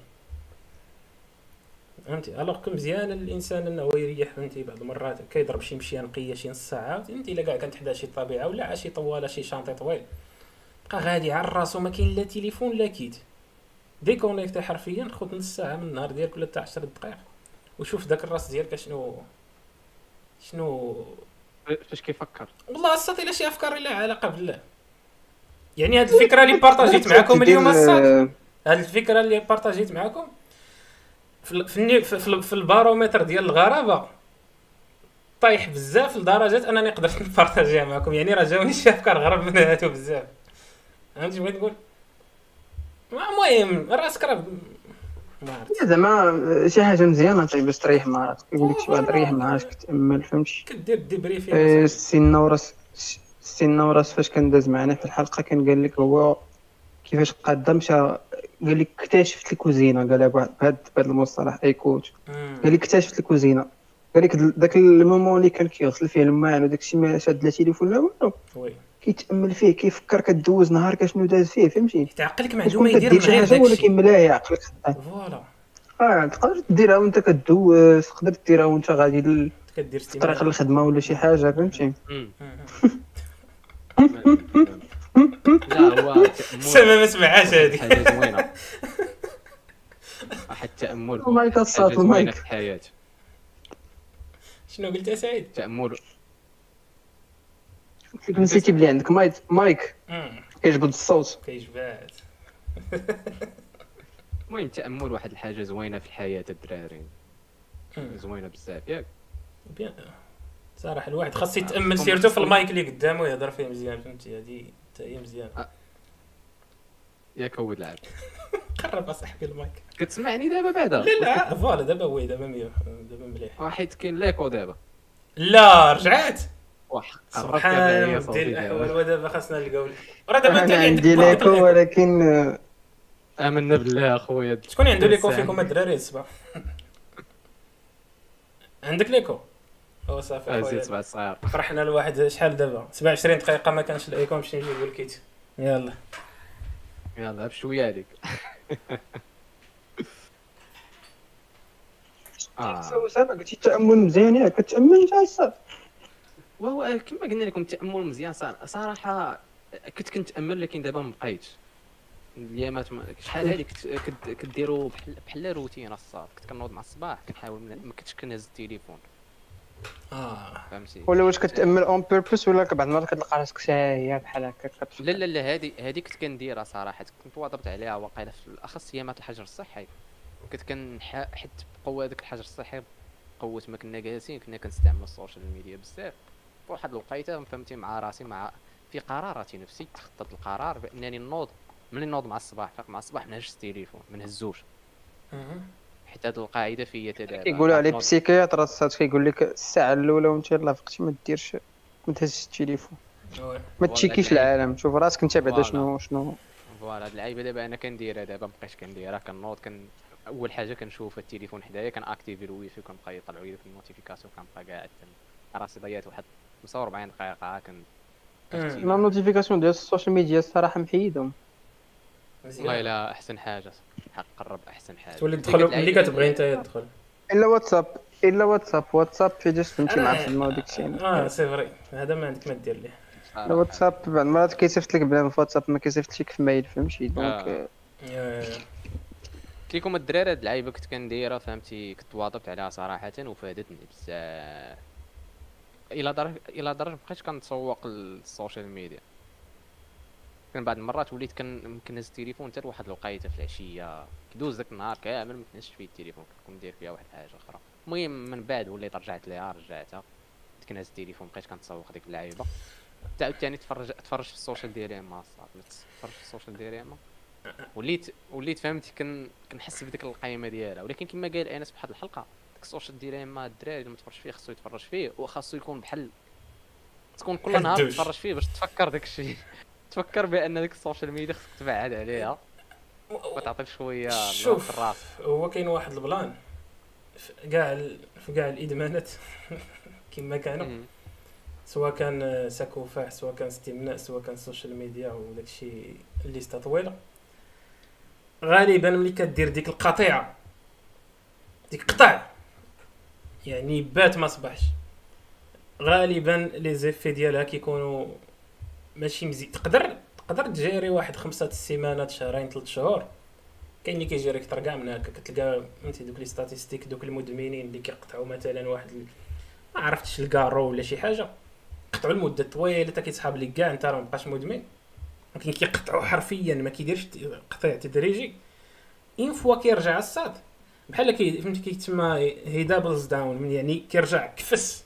فهمتي؟ الوغ كو مزيان الانسان انه هو يريح، فهمتي؟ بعض المرات كيضرب شي مشيه نقيه شي نص ساعه، فهمتي؟ الا كاع كانت حدا شي طبيعه ولا عا شي طواله شي شانطي طويل بقى غادي على راسو، ما كاين لا تليفون لا كيت، ديكونيكتي حرفيا، خذ نص ساعه من النهار ديالك ولا حتى عشر دقائق وشوف داك الراس ديالك شنو شنو فاش كيفكر. والله الصاد الا شي افكار لا علاقه بالله. يعني هاد الفكره اللي بارطاجيت معكم اليوم الصاد، هاد الفكره اللي بارطاجيت معكم في ال- في الني- في, في, في البارومتر ديال الغرابه طايح بزاف لدرجه انني قدرت نبارطاجيها معكم. يعني راه جاوني شي افكار غراب من هاتو بزاف، فهمتي بغيت نقول؟ ما المهم راسك راه ما عرفت زعما شي حاجه مزيانه طيب باش تريح مع راسك، يقول لك شي واحد ريح مع راسك تامل، فهمتي؟ كدير ديبريفين إيه، اصاحبي. السي نورس السي نورس فاش كان داز معنا في الحلقه كان قال لك هو كيفاش قاد مشى، قال لك اكتشفت الكوزينه، قالها بواحد بهذا بهذا المصطلح ايكوت، قال لك اكتشفت الكوزينه، قال لك داك المومون اللي كان كيغسل فيه الماعن وداك الشيء ما شاد لا تليفون لا والو، وي كيتامل فيه كيفكر كدوز نهار كشنو داز فيه، فهمتي؟ حتى عقلك ما عنده ما كتكون يدير كدير من شي غير حاجه ولكن داكشي. ملاهي عقلك خدام. فوالا اه تقدر ديرها وانت كدوز، تقدر ديرها وانت غادي ل- كدير في الطريق استماع. للخدمه ولا شي حاجه، فهمتي؟ امم لا هو التأمل سما ما سمعهاش هذه. حاجه زوينه. واحد التأمل هو المايك حاجه الصوت زوينه المايك في الحياه. شنو قلت يا سعيد؟ التأمل قلت لك نسيتي بلي عندك مايك مايك امم كيجبد الصوت. كيجبات. المهم التأمل واحد الحاجه زوينه في الحياه الدراري، مم. زوينه بزاف ياك. بيان صراحه الواحد خاص يتامل سيرتو في المايك اللي قدامه يهضر فيه مزيان، فهمتي؟ هذه حتى هي مزيانه. ياك ولد العب قرب اصاحبي المايك. كتسمعني دابا بعدا؟ لا لا فوالا دابا وي دابا مية دابا مليح. واحد كاين ليكو دابا. لا رجعت واحد سبحان مبدل الاحوال. ودابا خاصنا نلقاو راه دابا انت انا اللي عندك عندي بعض ليكو الإيكو. ولكن آه، امنا بالله اخويا. شكون عنده ليكو فيكم الدراري الصباح؟ عندك ليكو؟ هو صافي ازيد خويا سبع صغار. فرحنا الواحد شحال دابا سبعة وعشرين دقيقه ما كانش الايكو، نمشي نجيبو الكيت. يلا يلا بشويه هذيك. اه اسامه قلتي التامل مزيان ياك كتامل انت الصاد. وهو كما قلنا لكم التامل مزيان صار- صراحه كنت كنتامل لكن دابا ما بقيتش. الايامات ما- شحال هذيك كنت كد- كديروا بحال بحال روتين الصاد. كنت كنوض مع الصباح كنحاول ما ما كنتش كنهز التليفون، اه فهمتي؟ ولا واش كتامل اون بيربوس ولا بعض المرات كتلقى راسك ساهيه بحال هكا كتفكر؟ لا لا لا هذه هذه كنت كنديرها صراحه، كنت واظبت عليها واقيلا في الاخص ايامات الحجر الصحي. كنت كنح حيت بقوه هذاك الحجر الصحي، قوه ما كنا جالسين كنا كنستعملوا السوشيال ميديا بزاف. فواحد الوقيته فهمتي مع راسي مع في قراراتي نفسي تخطط القرار بانني نوض ملي نوض مع الصباح فاق مع الصباح ما نهزش التليفون ما نهزوش، حيت هذه القاعده فيا حتى دابا. كيقولوا عليه بسيكياتر الصاد، كيقول لك الساعه الاولى وانت يلاه فقتي ما ديرش ما تهزش التليفون، ما تشيكيش العالم، شوف راسك انت بعدا شنو شنو. فوالا هاد اللعيبه دابا انا كنديرها دابا مابقيتش كنديرها. كنوض كن اول حاجه كنشوف التليفون حدايا كناكتيفي الويفي وكنبقى يطلعوا لي ديك النوتيفيكاسيون كنبقى قاعد راسي ضيعت واحد خمسة وأربعين دقيقه كن انا النوتيفيكاسيون ديال السوشيال ميديا الصراحه محيدهم. والله الا احسن حاجه حق قرب احسن حاجه تولي تدخل ملي كتبغي انت تدخل. الا واتساب الا واتساب واتساب في جوست فهمتي مع الخدمه وديك الشيء. اه سي فري هذا ما عندك ما دير ليه. الواتساب بعض المرات كيصيفط لك بلا في واتساب ما كيصيفطش لك في ميل، فهمتي؟ دونك آه. يا- قلت لكم الدراري هاد اللعيبه كنت كنديرها فهمتي كنت واظبت عليها صراحه وفادتني بزاف. الى درجه الى درجه مابقيتش كنتسوق للسوشيال ميديا. كان بعض المرات وليت كن كنهز التليفون حتى لواحد الوقيته في العشيه كدوز داك النهار كامل ما كنهزش فيه التليفون، كنكون ندير فيها واحد الحاجه اخرى. المهم من بعد وليت رجعت ليها رجعتها كنت كنهز التليفون بقيت كنتسوق ديك اللعيبه. حتى عاوتاني تفرج تفرج في السوشيال ديالي ما صار ما تفرج في السوشيال ديالي ما وليت وليت فهمتي كن كنحس بديك القيمه ديالها. ولكن كما قال انس في واحد الحلقه ديك السوشيال ديالي ما الدراري اللي ما تفرجش فيه خصو يتفرج فيه وخاصو يكون بحال تكون كل بحال نهار الدوش. تفرج فيه باش تفكر داك الشيء تفكر بان ديك السوشيال ميديا خصك تبعد عليها وتعطي شويه شوف في الراس. هو كاين واحد البلان في كاع ال- في كاع الادمانات كما كانوا، مم. سواء كان سكوفاح سواء كان استمناء سواء كان السوشيال ميديا وداك الشيء الليسته طويله. غالبا ملي كدير ديك القطيعه ديك قطع يعني بات ما صبحش، غالبا لي زيفي ديالها كيكونوا ماشي مزيان. تقدر تقدر تجيري واحد خمسة السيمانات شهرين ثلاث شهور، كاين اللي كيجيري اكثر كاع من هكا. كتلقى انت دوك لي ستاتيستيك دوك المدمنين اللي كيقطعوا مثلا واحد ال- ما عرفتش الكارو ولا شي حاجه، قطعوا المده طويله حتى كيتسحاب لك كاع انت راه مابقاش مدمن، ولكن كيقطعوا حرفيا ما كيديرش ت- قطيع تدريجي. اين فوا كيرجع الصاد بحال كي فهمتي كيتسمى هي دابلز داون، يعني كيرجع كفس.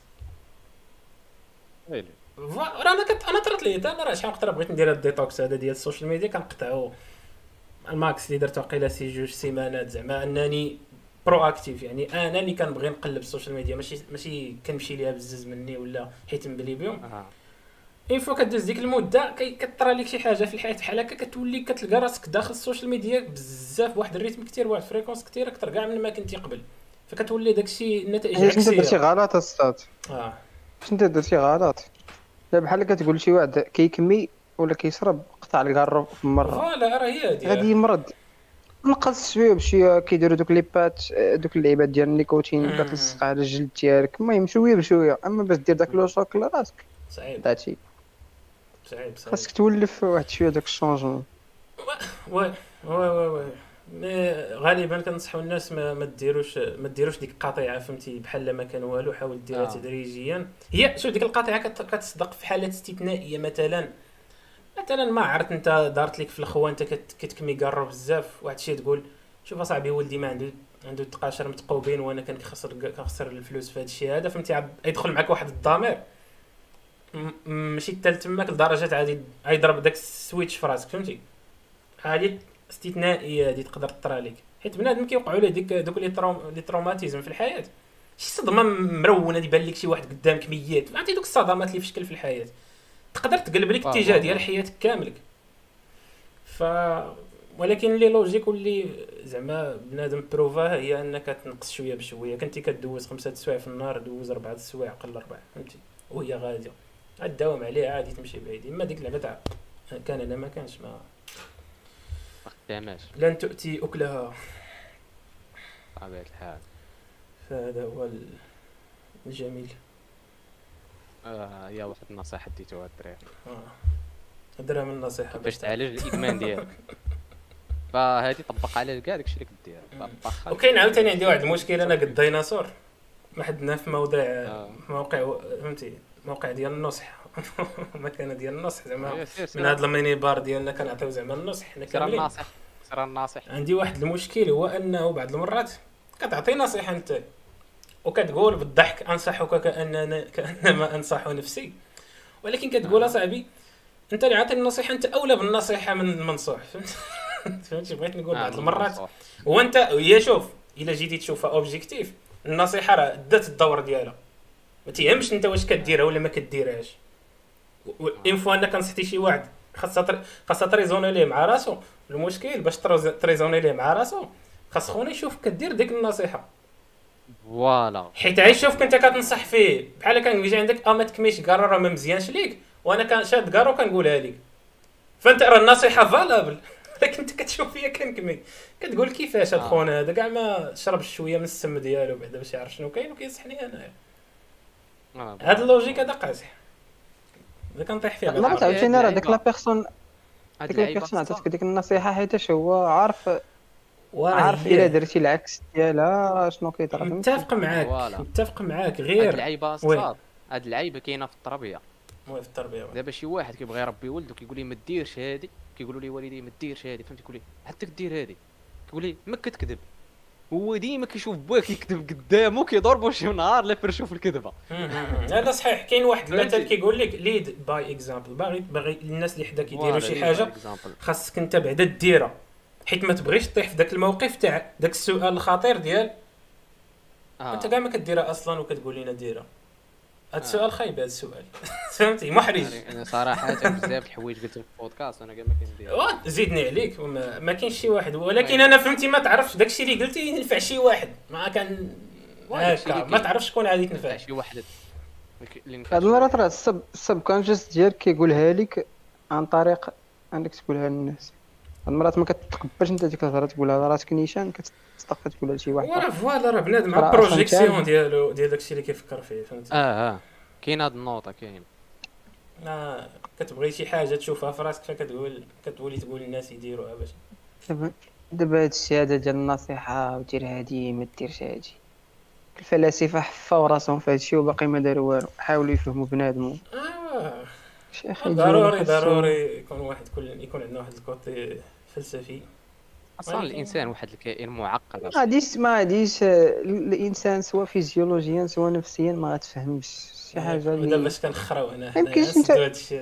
ويلي. فوا- راه انا كنت انا طرات لي انا راه شحال وقت راه بغيت ندير هاد الديتوكس هذا ديال السوشيال ميديا كنقطعو الماكس اللي درت واقيلا سي جوج سيمانات، زعما انني برو اكتيف، يعني انا اللي كنبغي نقلب السوشيال ميديا ماشي ماشي كنمشي ليها بزز مني ولا حيت نبلي بهم. اه اين فوا كدوز ديك المده كي- كطرى لك شي حاجه في الحياه بحال هكا كتولي كتلقى راسك داخل السوشيال ميديا بزاف بواحد الريتم كثير بواحد الفريكونس كثير اكثر كاع من ما كنتي قبل، فكتولي داكشي النتائج علاش انت درتي عكسيه. غلط استاذ؟ اه واش انت درتي غلط؟ لا بحال كتقول شي واحد كيكمي ولا كيشرب قطع الكارو في مره، فوالا راه هي غادي هادي. يمرض. نقص شويه بشويه كيديروا دوك لي بات دوك اللعيبات ديال النيكوتين مم. كتلصق على الجلد ديالك، المهم شويه بشويه. اما باش دير داك لو شوك لراسك صعيب داكشي صعيب صعيب. خاصك تولف واحد شويه داك الشونجمون. وي وي وي وي مي غالبا كنصحوا الناس ما, ما ديروش ما ديروش ديك القطيعه فهمتي بحال ما كان والو، حاول ديرها آه. تدريجيا. هي شوف ديك القطيعه كت- كتصدق في حالات استثنائيه، مثلا مثلا ما عرفت انت دارت لك في الاخوان انت كت- كتكمي كارو بزاف واحد الشيء تقول شوف اصاحبي ولدي ما عنده عنده تقاشر متقوبين وانا كنخسر كنخسر الفلوس في هذا الشيء هذا، فهمتي عاد يدخل معك واحد الضمير م- م- ماشي حتى تماك لدرجه عادي يضرب داك السويتش في راسك فهمتي. هذه استثنائيه هذه تقدر تطرى لك، حيت بنادم كيوقعوا له ديك دوك لي تروم لي تروماتيزم في الحياه، شي صدمه مرونه يبان لك شي واحد قدامك ميت، عرفتي دوك الصدمات اللي في شكل في الحياه تقدر تقلب لك آه، الاتجاه آه، ديال آه. حياتك كاملك. ف ولكن اللي لوجيك واللي زعما بنادم بروفاه هي انك تنقص شويه بشويه. كنتي كدوز خمسة السوايع في النهار دوز اربعه السوايع قل اربعه فهمتي، وهي غاديه عاد داوم عليها عادي تمشي بعيد. اما ديك اللعبه تاع كان انا ما كانش ما ما خداماش لن تؤتي اكلها. بطبيعه الحال. فهذا هو ال- الجميل. آه هي واحد النصيحه ديتوها الدراري اه درها من نصيحه باش تعالج الادمان ديالك، فهذه طبق على كاع داكشي اللي كدير. طبقها. وكاين عاوتاني عندي واحد المشكل انا قد ديناصور ما حدنا في موضع آه. في موقع فهمتي موقع ديال النصح مكانه ديال النصح زعما سير- سير- من سير. هذا الميني بار ديالنا كنعطيو زعما النصح حنا سير كاملين. الناصح سير الناصح. عندي واحد المشكل هو انه بعض المرات كتعطي نصيحه انت وكتقول بالضحك انصحك كاننا كانما انصح نفسي، ولكن كتقول اصاحبي انت اللي عاطي النصيحه انت اولى بالنصيحه من المنصوح فهمت. فهمتي بغيت نقول آه، بعض المرات منصوح. هو انت يا شوف الا جيتي تشوفها اوبجيكتيف النصيحه راه دات الدور ديالها، ما تيهمش انت واش كديرها ولا ما كديرهاش. اون فوا انك نصحتي شي واحد خاصها تر... خاصها تريزوني ليه مع راسو. المشكل باش تروز- تريزوني ليه مع راسو خاص خونا يشوف كدير ديك النصيحه، فوالا حيت عايش شوف كنت كتنصح فيه بحال كان يجي عندك اه ما تكميش كارو راه ما مزيانش ليك وانا كان شاد كارو كنقولها لك، فانت راه النصيحه فالابل لكن انت كتشوف فيا كنكمي كتقول كيفاش هاد آه. خونا هذا كاع ما شرب شويه من السم ديالو بعدا باش يعرف شنو كاين وكينصحني انا. آه، هاد اللوجيك هذا قاصح اذا كنطيح فيه لا غلط. ما تعاوتيني راه ديك لا اللعيبة. بيرسون هاد ديك لا اللعيبه بيرسون خاصها- عطاتك ديك النصيحه حيتاش هو عارف وراه عارف هي. الا درتي العكس ديالها شنو كيطرا. فهمتي؟ متفق معاك فوالا. متفق معاك هاد غير اللعيبه وي. صاد هاد اللعيبه كاينه في التربيه. المهم في التربيه وي. دابا شي واحد كيبغي يربي ولده كيقول لي ما ديرش هادي، كيقولوا لي والدي ما ديرش هادي فهمتي، كيقول لي حتى كدير هادي كيقول لي ما كتكذب، هو ديما كيشوف باه كيكذب قدامه كيضربو شي نهار لا فرشو في الكذبه. هذا صحيح. كاين واحد فهمتي؟ المثل كيقول لك ليد باي اكزامبل، باغي باغي الناس اللي حداك يديروا شي حاجه خاصك انت بعدا ديرها، حيت ما تبغيش تطيح في داك الموقف تاع داك السؤال الخطير ديال آه. انت كاع ما كديرها اصلا وكتقول لنا ديرها. هذا السؤال خايب هذا السؤال فهمتي محرج. يعني انا صراحه بزاف الحوايج قلت في البودكاست انا كاع ما كندير. واه زيدني عليك وما ما كاينش شي واحد، ولكن انا فهمتي ما تعرفش داكشي اللي قلتي ينفع شي واحد ما كان هكا ما تعرفش شكون غادي تنفع شي واحد اللي هاد المرات راه السب السب كونشس ديالك كيقولها لك عن طريق انك تقولها للناس. هاد المرات ما كتقبلش انت ديك الهضره تقولها على راسك نيشان، كتستقى تقولها لشي واحد. وراه فوالا راه بنادم راه مع أصلاً بروجيكسيون كامل. ديالو ديال داكشي اللي كيفكر فيه فهمتي. اه اه كاين هاد النوطه كاين. آه كتبغي شي حاجه تشوفها في راسك فكتقول كتولي تقول للناس يديروها باش دابا دابا هاد الشيء هذا ديال النصيحه ودير هادي ما ديرش هادي، الفلاسفه حفاو راسهم في هادشي وباقي ما داروا والو، حاولوا يفهموا بنادم. اه شي حاجه ضروري ضروري يكون واحد كل يكون عندنا واحد الكوتي فلسفي. اصلا الانسان واحد الكائن معقد. ما غاديش ما غاديش الانسان سواء فيزيولوجيا سواء نفسيا ما غتفهمش شي حاجه دابا اللي باش كنخراو انا ما يمكنش حنا انت- نسدو هاد الشيء.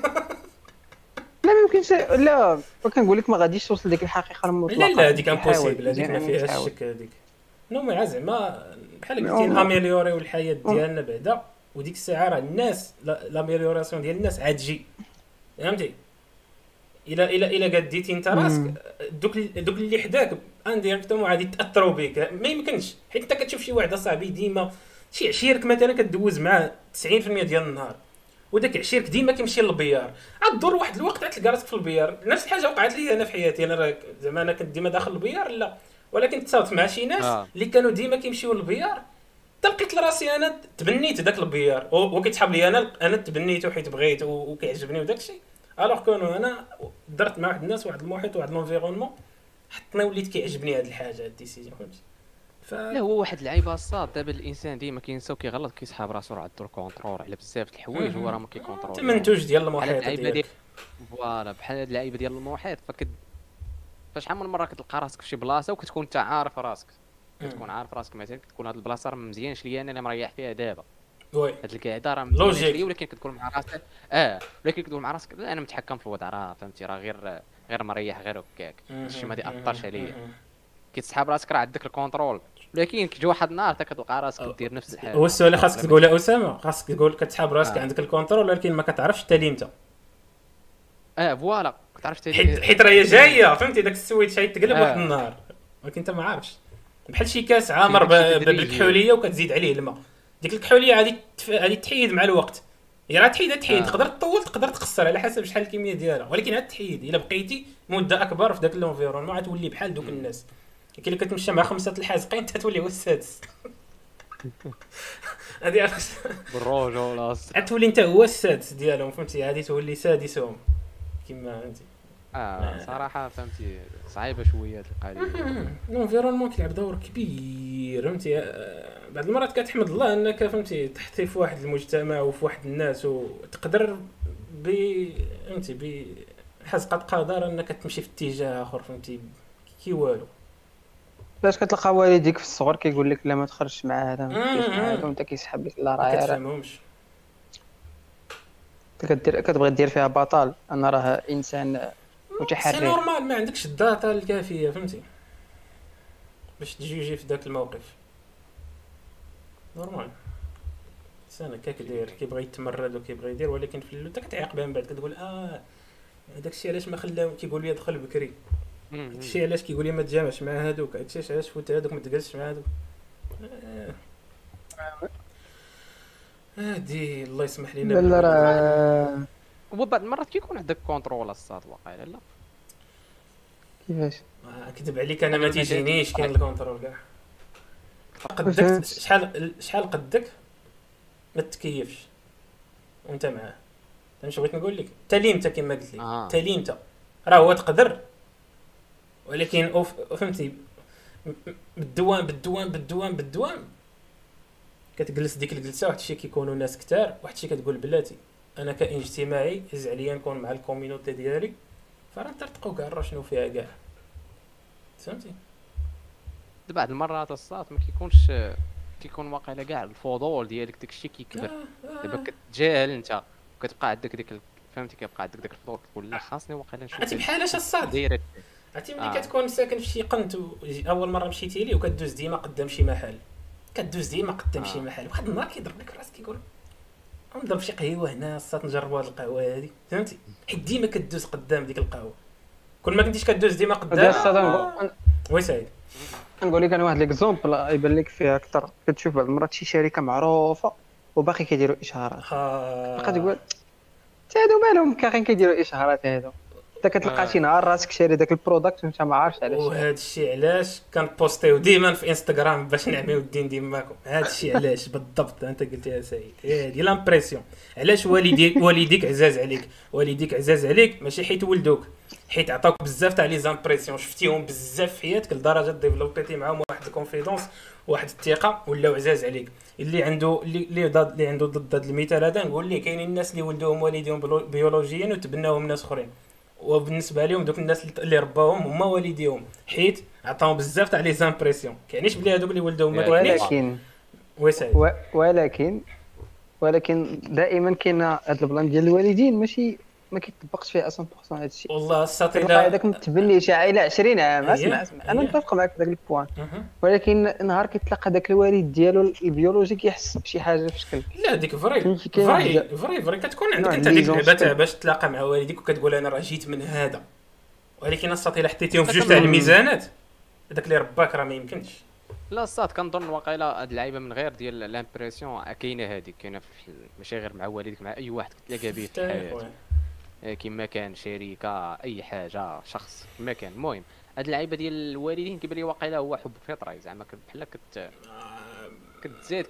لا ما يمكنش. لا كنقول لك ما غاديش توصل ديك الحقيقه المطلقه. لا لا هذيك كيحاول، امبوسيبل هذيك ما مزيان فيهاش كيحاول. الشك هذيك. نو ما زعما بحال ما قلتي هو- ناميليوريو الحياه ديالنا بعدا، وديك الساعه راه الناس لاميليوراسيون ديال الناس عاد تجي فهمتي. الا الا الا قديتي انت راسك مم. دوك ال- دوك اللي حداك انديريكتومون غادي تاثروا بك. ما يمكنش حيت انت كتشوف شي واحد اصاحبي ديما شي عشيرك مثلا كدوز معاه تسعين بالمية ديال النهار، وداك عشيرك ديما كيمشي للبيار، غدور واحد الوقت غتلقى راسك في البيار. نفس الحاجه وقعت لي انا في حياتي. انا راه زعما انا كنت ديما داخل البيار لا، ولكن تصادف مع شي ناس آه. اللي كانوا ديما كيمشيو للبيار، تلقيت راسي انا تبنيت داك البيار و- وكيتحاب لي انا انا تبنيته حيت بغيت و- وكيعجبني وداك الشيء. الوغ كونو انا درت مع واحد الناس واحد المحيط واحد لونفيرونمون حطني وليت كيعجبني هاد الحاجه هاد الديسيجن فهمتي. ف لا هو واحد اللعيبه الصاد. دابا الانسان ديما كينسى وكيغلط كيسحاب راسو راه عنده الكونترول على بزاف د الحوايج هو راه ما كيكونترول. تمنتوج ديال بحال هاد المحيط اللعيبه ديال ديالك. فوالا بحال هاد اللعيبه ديال المحيط فكد فشحال من مره كتلقى راسك في شي بلاصه وكتكون انت عارف راسك كتكون عارف راسك مثلا كتكون هاد البلاصه راه مزيانش ليا انا اللي مريح فيها دابا. وي هاد القاعده راه مزيانه لوجيك. ليا ولكن كتقول مع راسك اه ولكن كتقول مع راسك لا انا متحكم في الوضع راه فهمتي راه غير غير مريح غير هكاك هادشي ما ياثرش عليا. كتسحاب راسك راه عندك الكونترول ولكن كيجي واحد النهار حتى كتلقى راسك كدير نفس الحاجه. هو السؤال اللي خاصك تقولها اسامه، خاصك تقول كتسحاب راسك آه. عندك الكونترول ولكن ما كتعرفش حتى ليمتى. اه فوالا كتعرف حيت حيت راه هي جايه فهمتي داك السويت شي تقلب آه. واحد النهار ولكن انت ما عارفش. بحال شي كاس عامر ب- داكشي ب- تدريجي. بالكحوليه وكتزيد عليه الماء، ديك الكحوليه غادي تف- غادي تحيد مع الوقت. هي راه تحيد تحيد آه. تقدر تطول تقدر تقصر على حسب شحال الكميه ديالها، ولكن عاد تحيد الا بقيتي مده اكبر في داك لونفيرونمون غتولي بحال دوك الناس. كاين اللي كتمشى مع خمسه الحازقين انت تولي هو السادس. هادي عرفت بالروج ولا عاد تولي انت هو السادس ديالهم فهمتي، غادي تولي سادسهم كيما انت. اه صراحه فهمتي صعيبه شويه تلقى لي. لونفيرونمون كيلعب دور كبير فهمتي. آه، بعض المرات كتحمد الله انك فهمتي تحتي في واحد المجتمع وفي واحد الناس وتقدر ب فهمتي بحزقة قدر انك تمشي في اتجاه اخر فهمتي كي والو. باش كتلقى والديك في الصغر كيقول لك لا ما تخرجش مع هذا ما تمشيش مع هذا مم. وانت كيسحب لك لا ما راه راه كتفهمهمش. انت كدير كتبغي دير فيها بطل انا راه انسان سي متحرر. نورمال ما عندكش الداتا الكافيه فهمتي باش تجوجي في ذاك الموقف. نورمال انسان هكاك داير كيبغي يتمرد وكيبغي يدير، ولكن في الاول انت كتعاقبها من بعد كتقول اه هذاك الشيء علاش ما خلاو كيقول لي دخل بكري، هذاك الشيء علاش كيقول لي ما تجامعش مع هادوك، هذاك الشيء علاش فوت هادوك ما تجلسش مع هادوك. آه. هادي الله يسمح لينا. لا لا راه هو بعض المرات كيكون عندك كونترول الصاد واقيلا لا كيفاش آه، كذب عليك انا ما أنا ما تيجينيش كاين الكونترول كاع. قدك فهمت. شحال شحال قدك ما تكيفش وانت معاه. فهمت بغيت نقول لك تليمته كما قلت لي آه. تليمته راه هو تقدر، ولكن أوف- فهمتي م- م- بالدوام بالدوام بالدوام بالدوام كتجلس ديك الجلسه واحد الشيء كيكونوا ناس كتار، واحد الشيء كتقول بلاتي انا كائن اجتماعي يز عليا نكون مع الكوميونيتي ديالي، فراه ترتقوا كاع راه شنو فيها كاع فهمتي. بعض المرات الصاد ما كيكونش كيكون واقيلا كاع الفضول ديالك داكشي كيكبر. آه، دابا آه. كتجاهل انت كتبقى عندك ديك ال- فهمتي كيبقى عندك داك الفضول تقول لا خاصني واقيلا نشوف عرفتي هاد بحال اش الصاد دايره. عرفتي ملي آه. كتكون ساكن في شي قنت وجي- اول مره مشيتي ليه وكدوز ديما قدام شي محل، كدوز ديما قدام آه. شي محل، واحد النهار كيضرب لك راسك كيقول نضرب شي قهوه هنا الصات نجربوا هاد القهوه هادي فهمتي حيت ديما كدوز قدام ديك القهوه كل ما كنتيش كدوز ديما هذا قدام الصاد وي سعيد نقول لك انا واحد ليكزومبل يبان لك فيها اكثر. كتشوف بعض المرات شي شركه معروفه وباقي كيديروا اشهارات بقى تقول حتى هادو مالهم كاين كيديروا اشهارات هادو انت كتلقى شي نهار راسك شاري داك البرودكت وانت ما عارفش علاش. وهذا الشيء علاش كنبوستيو ديما في انستغرام باش نعميو الدين ديماكم. هذا الشيء علاش بالضبط انت قلتيها سعيد. هذه لامبريسيون علاش والديك والديك عزاز عليك والديك عزاز عليك ماشي حيت ولدوك حيت عطاوك بزاف تاع لي زامبريسيون شفتيهم بزاف في حياتك لدرجه ديفلوبيتي معاهم واحد الكونفيدونس واحد الثقه ولاو عزاز عليك. اللي عنده اللي اللي ضد اللي عنده ضد هذا المثال هذا نقول ليه كاينين الناس اللي ولدوهم والديهم بيولوجيا وتبناوهم ناس اخرين وبالنسبه لهم دوك الناس اللي رباوهم هما والديهم حيت عطاهم بزاف تاع لي زامبريسيون. كاينيش بلي هذوك اللي ولدوهم ما كاينينش ولكن وسعيد و... ولكن ولكن دائما كاين هذا البلان ديال الوالدين ماشي ما كيطبقش فيه مية بالمية هذا الشيء. والله الساطيله تلقى هذاك متبني شي عائله عشرين عام. هي- اسمع اسمع انا هي. متفق معك في ذاك البوان أها. ولكن نهار كيتلقى داك الوالد ديالو البيولوجي كيحس بشي حاجه في شكل لا ديك فري فهمتي كاين فري واحد- فري فري كتكون عندك نوع انت ديك الليزون اللعبه تاع ستيل. باش تلاقى مع والديك وكتقول انا راه جيت من هذا ولكن الساطيله حطيتيهم في جوج تاع الميزانات هذاك اللي رباك راه ما يمكنش. لا الصاد كنظن واقيلا هاد اللعيبه من غير ديال لامبريسيون كاينه هذيك كاينه في ماشي غير مع والديك مع اي واحد كتلاقى به في الحياه آه، كيما كان شركه اي حاجه شخص كيما كان. المهم هاد اللعيبه ديال الوالدين كيبان لي واقيلا هو حب فطري زعما كت- بحال كت كتزاد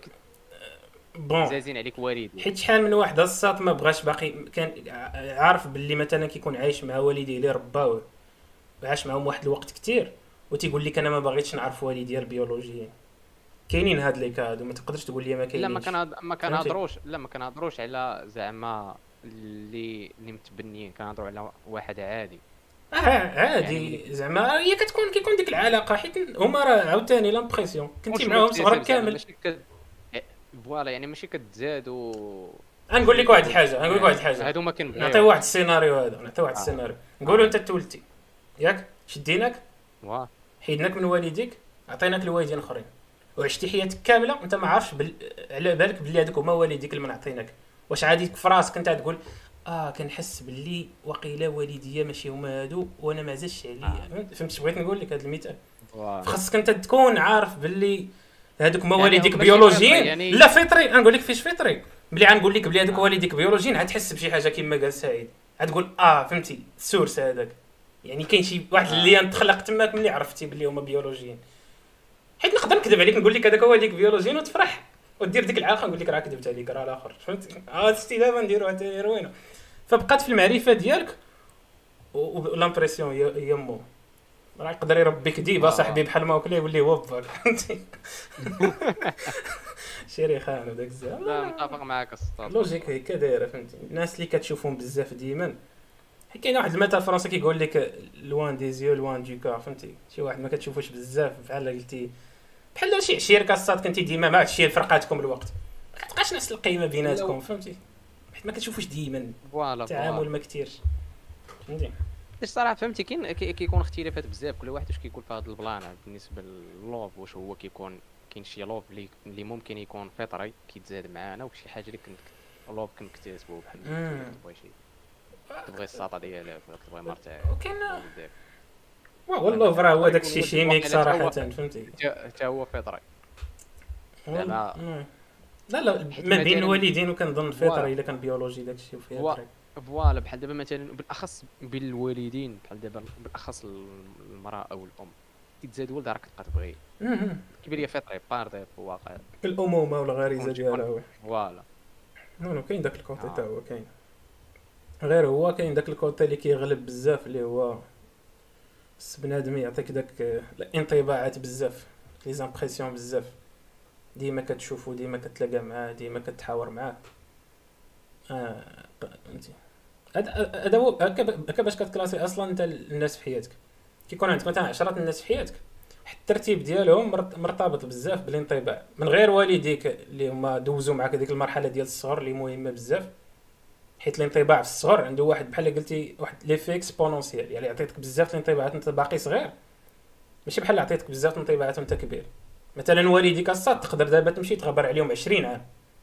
بون كتزازين عليك والدي. حيت شحال من واحد الساط ما بغاش باقي كان عارف باللي مثلا كيكون عايش مع والديه اللي رباوه عاش معهم واحد الوقت كتير وتيقول لك انا ما باغيتش نعرف والديا البيولوجيين. كاينين هاد لي كادو ما تقدرش تقول لي ما لا كاينينش. ما كان ما كنهضروش لا ما كنهضروش على زعما اللي اللي متبنيين كنهضروا على واحد عادي. اه عادي زعما هي كتكون كيكون ديك العلاقه حيت هما راه عاوتاني لامبريسيون كنتي واش معاهم مكتسب صغرك زعما كامل. ماشي كت إيه، فوالا يعني ماشي كتزاد و غنقول لك واحد الحاجه غنقول لك واحد الحاجه هادو ما كنبغيو نعطي واحد السيناريو هذا نعطي واحد آه. السيناريو نقولوا انت تولدتي ياك شديناك واه حيدناك من والديك عطيناك لوالدين اخرين وعشتي حياتك كامله وانت ما عارفش بل... على بالك بلي هذوك هما والديك اللي منعطينك. واش عادي في راسك انت تقول اه كنحس باللي وقيله والديا ماشي هما هادو وانا ما زادش عليا. آه. فهمت بغيت نقول لك هذا المثال واه خاصك انت تكون عارف باللي هذوك هما يعني والديك هم ماشي بيولوجيين فطري، يعني- لا فطري غنقول لك فيش فطري بلي غنقول لك بلي هذوك والديك بيولوجيين غتحس بشي حاجه كما قال سعيد غتقول اه فهمتي السورس هذاك يعني كاين شي واحد اللي تخلق تماك ملي عرفتي بلي هما بيولوجيين. حيت نقدر نكذب عليك نقول لك هذاك هو والديك بيولوجيين وتفرح ودير ديك العلاقه نقول لك راه كذبت عليك راه الاخر فهمتي اه شتي دابا نديروها حتى روينه. فبقات في المعرفه ديالك ولامبريسيون يمو راه يقدر يربيك ديبه آه. صاحبي بحال ما وكلي يولي هو باك فهمتي شيري خان وداك الزعما لا متفق معاك السطاد. لوجيك هكا دايره فهمتي. الناس اللي كتشوفهم بزاف ديما كاين واحد المثل فرنسي كيقول لك لوان دي زيو لوان دو كار فهمتي. شي واحد ما كتشوفوش بزاف بحال قلتي بحال شي عشير كاصات كنتي ديما مع الشيء فرقاتكم الوقت ما كتبقاش نفس القيمه بيناتكم فهمتي حيت ما كتشوفوش ديما فوالا التعامل فوالا ما كتيرش فهمتي. الصراحه فهمتي كاين كي- كيكون اختلافات بزاف كل واحد واش كيقول في هذا البلان بالنسبه للوف واش هو كيكون كاين شي لوف اللي اللي ممكن يكون فطري كيتزاد معانا وشي حاجه اللي كنت لوف كنكتسبو بحال مم. تبغي شي تبغي الساطه ديالك ولا تبغي مرتاح وكاين والله راه هو داك الشيء شيميك صراحه فهمتي حتى هو فطري. والله. أنا- مم. لا لا حيت ما بين مثلاً- الوالدين وكنظن فوالا. فطري الا كان بيولوجي داك الشيء وفيها هو- طريق. فوالا بحال دابا مثلا بالاخص بين الوالدين بحال دابا بالاخص المراه او الام كيتزاد ولد راك تبقى تبغيه مم. كيبان لي فطري باردي في الواقع. الامومه والغريزه كون- ديالها وي. فوالا نو نو كاين داك الكوتي آه. تا هو كاين غير هو كاين داك الكوتي اللي كيغلب بزاف اللي هو الس بنادم يعطيك داك آه، الانطباعات بزاف لي زامبريسيون بزاف ديما كتشوفو ديما كتلاقى معاه ديما كتحاور معاه اه فهمتي. هذا هذا هو هكا هكا باش كتكلاسي اصلا انت الناس في حياتك كيكون عندك مثلا عشرة الناس في حياتك واحد الترتيب ديالهم مرت- مرتبط بزاف بالانطباع من غير والديك اللي هما دوزوا معاك هذيك المرحله ديال الصغر اللي مهمه بزاف حيت الانطباع في الصغر عنده واحد بحال قلتي واحد ليفي اكسبونونسيال يعني عطيتك بزاف الانطباعات انت باقي صغير ماشي بحال عطيتك بزاف الانطباعات وانت كبير. مثلا والديك الصاد تقدر دابا تمشي تغبر عليهم عشرين عام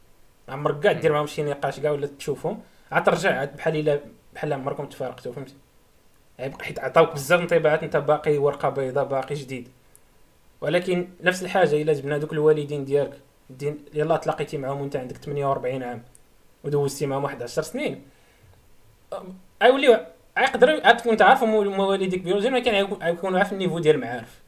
عمرك كاع دير معاهم شي نقاش كاع ولا تشوفهم عاد ترجع عاد بحال الا بحال عمركم تفارقتوا فهمتي. غيبقى حيت عطاوك بزاف انطباعات انت باقي ورقه بيضاء باقي جديد. ولكن نفس الحاجه الا جبنا دوك الوالدين ديالك دين يلا تلاقيتي معاهم وانت عندك ثمانية وأربعين عام ودوزتي معاهم واحد عشر سنين غيوليو يقدروا عاد تكون تعرفهم مواليدك بيولوجيا ولكن غيكونوا عارف النيفو ديال المعارف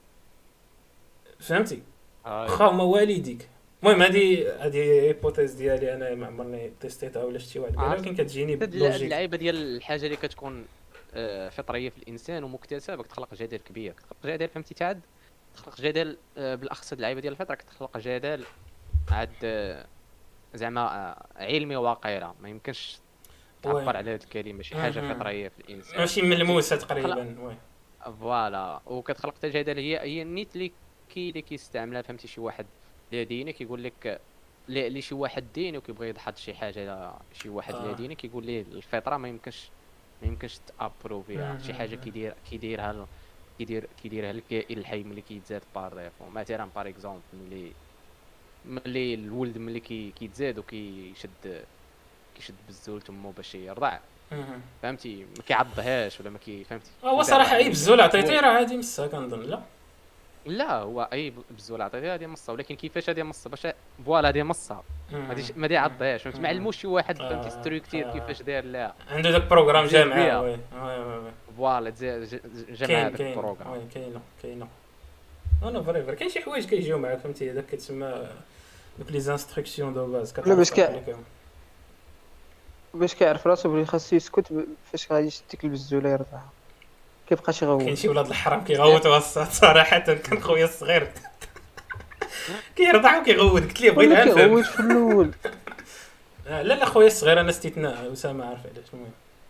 فهمتي. واخا هما والديك. المهم هذه هذه هيبوتيز ديالي انا ما عمرني تيستيتها ولا شتي واحد ولكن كتجيني هاد بلوجيك. اللعيبه ديال الحاجه اللي كتكون آه، فطريه في الانسان ومكتسبه كتخلق جدل كبير، كتخلق جدل فهمتي تعاد تخلق جدل آه، بالاخص هاد اللعيبه ديال الفطره كتخلق جدل عاد آه، زعما آه، علمي واقعي ما يمكنش تعبر على هاد الكلمه شي حاجه مهم. فطريه في الانسان ماشي ملموسه تقريبا وي فوالا. وكتخلق حتى جدل هي هي النيت اللي كي اللي كيستعملها فهمتي شي واحد اللي ديني كيقول لك اللي اللي شي واحد ديني وكيبغي يدحض شي حاجه شي واحد اللي آه. ديني كيقول ليه الفطره ما يمكنش ما يمكنش تابروفيها شي حاجه كيدير كيديرها ال- كيدير كيديرها الكائن الحي ملي كيتزاد بار ديفون. مثلا بار اكزومبل ملي ملي الولد ملي كي كيتزاد وكيشد كيشد بالزول تمو باش يرضع مهم. فهمتي ما كيعضهاش ولا ما كي فهمتي. هو صراحه اي بزول عطيتيه راه عادي مسا كنظن لا لا هو اي بزول عطيتي هذه مصه ولكن كيفاش هذه مصه باش فوالا هذه مصه ما ديش ما دي عضهاش فهمتي. ما علموش شي واحد فهمتي ستركتير كيفاش داير لها عنده داك بروغرام زيد جامعي بيها. وي وي وي وي. فوالا تزا- ج- جمع كاين هذاك كاين البروغرام. وي كاينه كاينه انا فري فري كاين شي حوايج كيجيو معاك فهمتي هذاك كتسمى دوك لي انستركسيون دو باز لا، باش كا- كتعرف باش كيعرف راسو بلي خاصو يسكت ب- فاش غادي يشتك البزوله يرفعها كيبقى شي غوت. كاين شي ولاد الحرام كيغوتوا الصاد صراحه. كان خويا الصغير كيرضع وكيغوت قلت ليه بغيت ولا نفهم. كيغوت في الاول. لا لا خويا الصغير انا استثناء اسامه عارف علاش المهم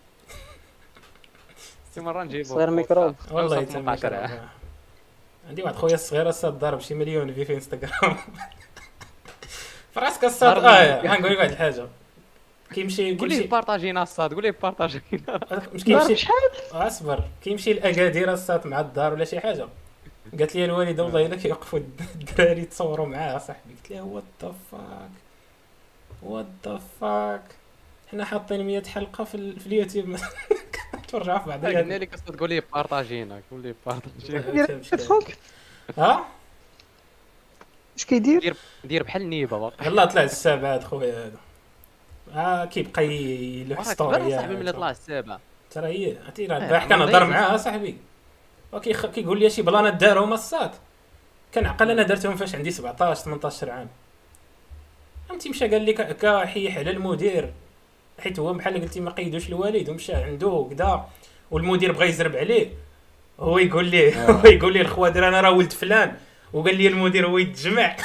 شي مره نجيبو صغير ميكروب. والله خمسة عشر عام. تما عندي واحد خويا الصغير الصاد ضارب شي مليون في في انستغرام فراسك الصاد ضرب اه مليون. غنقول لك واحد الحاجه كيمشي قول لي كيمشي بارطاجينا الصاد قول لي بارطاجينا مش ضرب كيمشي شحال؟ اصبر كيمشي لاكادير الصاد مع الدار ولا شي حاجه قالت لي الوالده والله الا كيوقفوا الدراري يتصوروا معاه صاحبي قلت لها وات ذا فاك وات ذا فاك حنا حاطين مية حلقه في, ال... في اليوتيوب ترجعوا في قلنا بعضياتنا لك الصاد قول لي بارطاجينا قول لي بارطاجينا دير خوك ها اش كيدير؟ دير دير بحال نيبه باقي يلا طلع السابع هذا خويا هذا اه كيبقى يلوح وراك ستوري غير صاحبي ملي طلع السابع ترى هي عرفتي راه آه، البارح أنا كنهضر ضيف معاه صاحبي وكي كيقول لي شي بلانات دارهم الصاد كنعقل انا درتهم فاش عندي سبعطاش ثمنطاش عام فهمتي. مشى قال لي هكا حيح على المدير حيت هو بحال قلتي ما قيدوش الوالد ومشى عنده وكذا والمدير بغى يزرب عليه هو يقول لي آه. هو يقول لي الخوادر انا راه ولد فلان وقال لي المدير هو يتجمع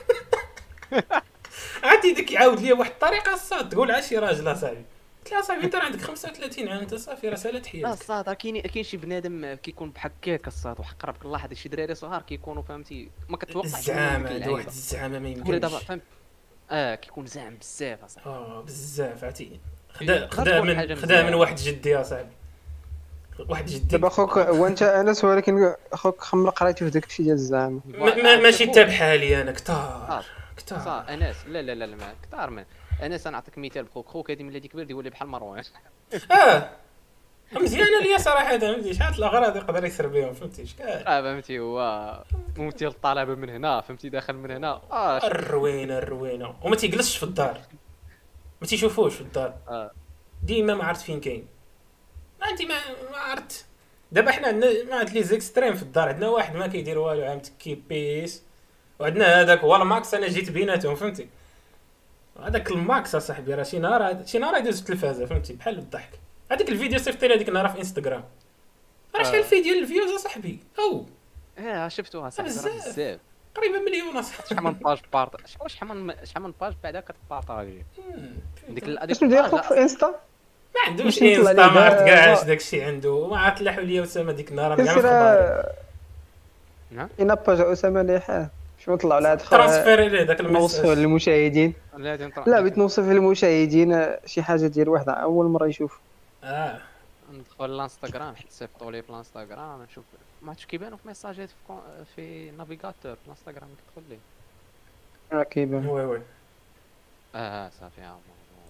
عرفتي ديك يعاود لي واحد الطريقه الصاد تقول عا شي راجل اصاحبي قلت له صاحبي انت راه عندك خمسة وثلاثين عام انت صافي راه سالات لا حياتك. الصاد راه كاين كاين شي بنادم كيكون بحال هكاك الصاد وحقرب الله هاد شي دراري صغار كيكونوا فهمتي ما كتوقعش الزعامه عنده واحد الزعامه ما تقول دابا يمكنش فهمت اه كيكون زعم بزاف اصاحبي اه بزاف عرفتي خدا تقدر خدا تقول حاجة من خدا من مزيانة. واحد جدي اصاحبي واحد جدي دابا خوك هو انت انس ولكن خوك خمر قرايتي في داك الشيء ديال الزعامه. ما ما- ماشي حتى بحالي انا كثار آه. كثار صا انس لا لا لا لا ما كثار من انس انا نعطيك مثال بخوك خوك هادي ملي كبر يولي بحال مروان اه مزيانه ليا صراحه فهمتي شحال الاغراض يقدر يسر بهم فهمتي شكال اه فهمتي هو ممثل الطلبه من هنا فهمتي داخل من هنا اه ش- الروينه الروينه وما تيجلسش في الدار ما تيشوفوش في الدار آه. ديما ما عرفت فين كاين ما عندي ما, ما عرفت دابا حنا عندنا ما عند لي زيكستريم في الدار عندنا واحد ما كيدير والو عام تكي بيس وعندنا هذاك هو الماكس انا جيت بيناتهم فهمتي هذاك الماكس اصاحبي راه شي نهار شي نهار يدوز في التلفازه فهمتي بحال الضحك هذيك الفيديو صيفط لي هذيك النهار في انستغرام راه شحال في ديال الفيوز اصاحبي او اه شفتوها صاحبي راه بزاف. بزاف قريبه مليون اصاحبي شحال من باج بارط شحال شحال من شحال من باج بعدا كتبارطاجي ديك ال- هذيك اسمو ديال الباج خوك في انستا ما عندوش ماشي نطلع انستا ليه ما عرفت كاع دابا. اش داكشي عنده ما عرفت لا حوليه اسامه ديك النهار كاع كنسير مخبار نعم إن باج اسامه ليحان شنو نطلعوا لهاد ترانسفيري ليه داك نوصف الميساج للمشاهدين. لا هادي نطلع لا بغيت نوصف للمشاهدين شي حاجه ديال واحد اول مره يشوف. اه ندخل للانستغرام حيت صيفطوا لي في الانستغرام نشوف ما عرفتش كيبانوا في ميساجات في, كون... في نافيغاتور في الانستغرام كتدخل لي راه كيبان وي وي اه صافي ها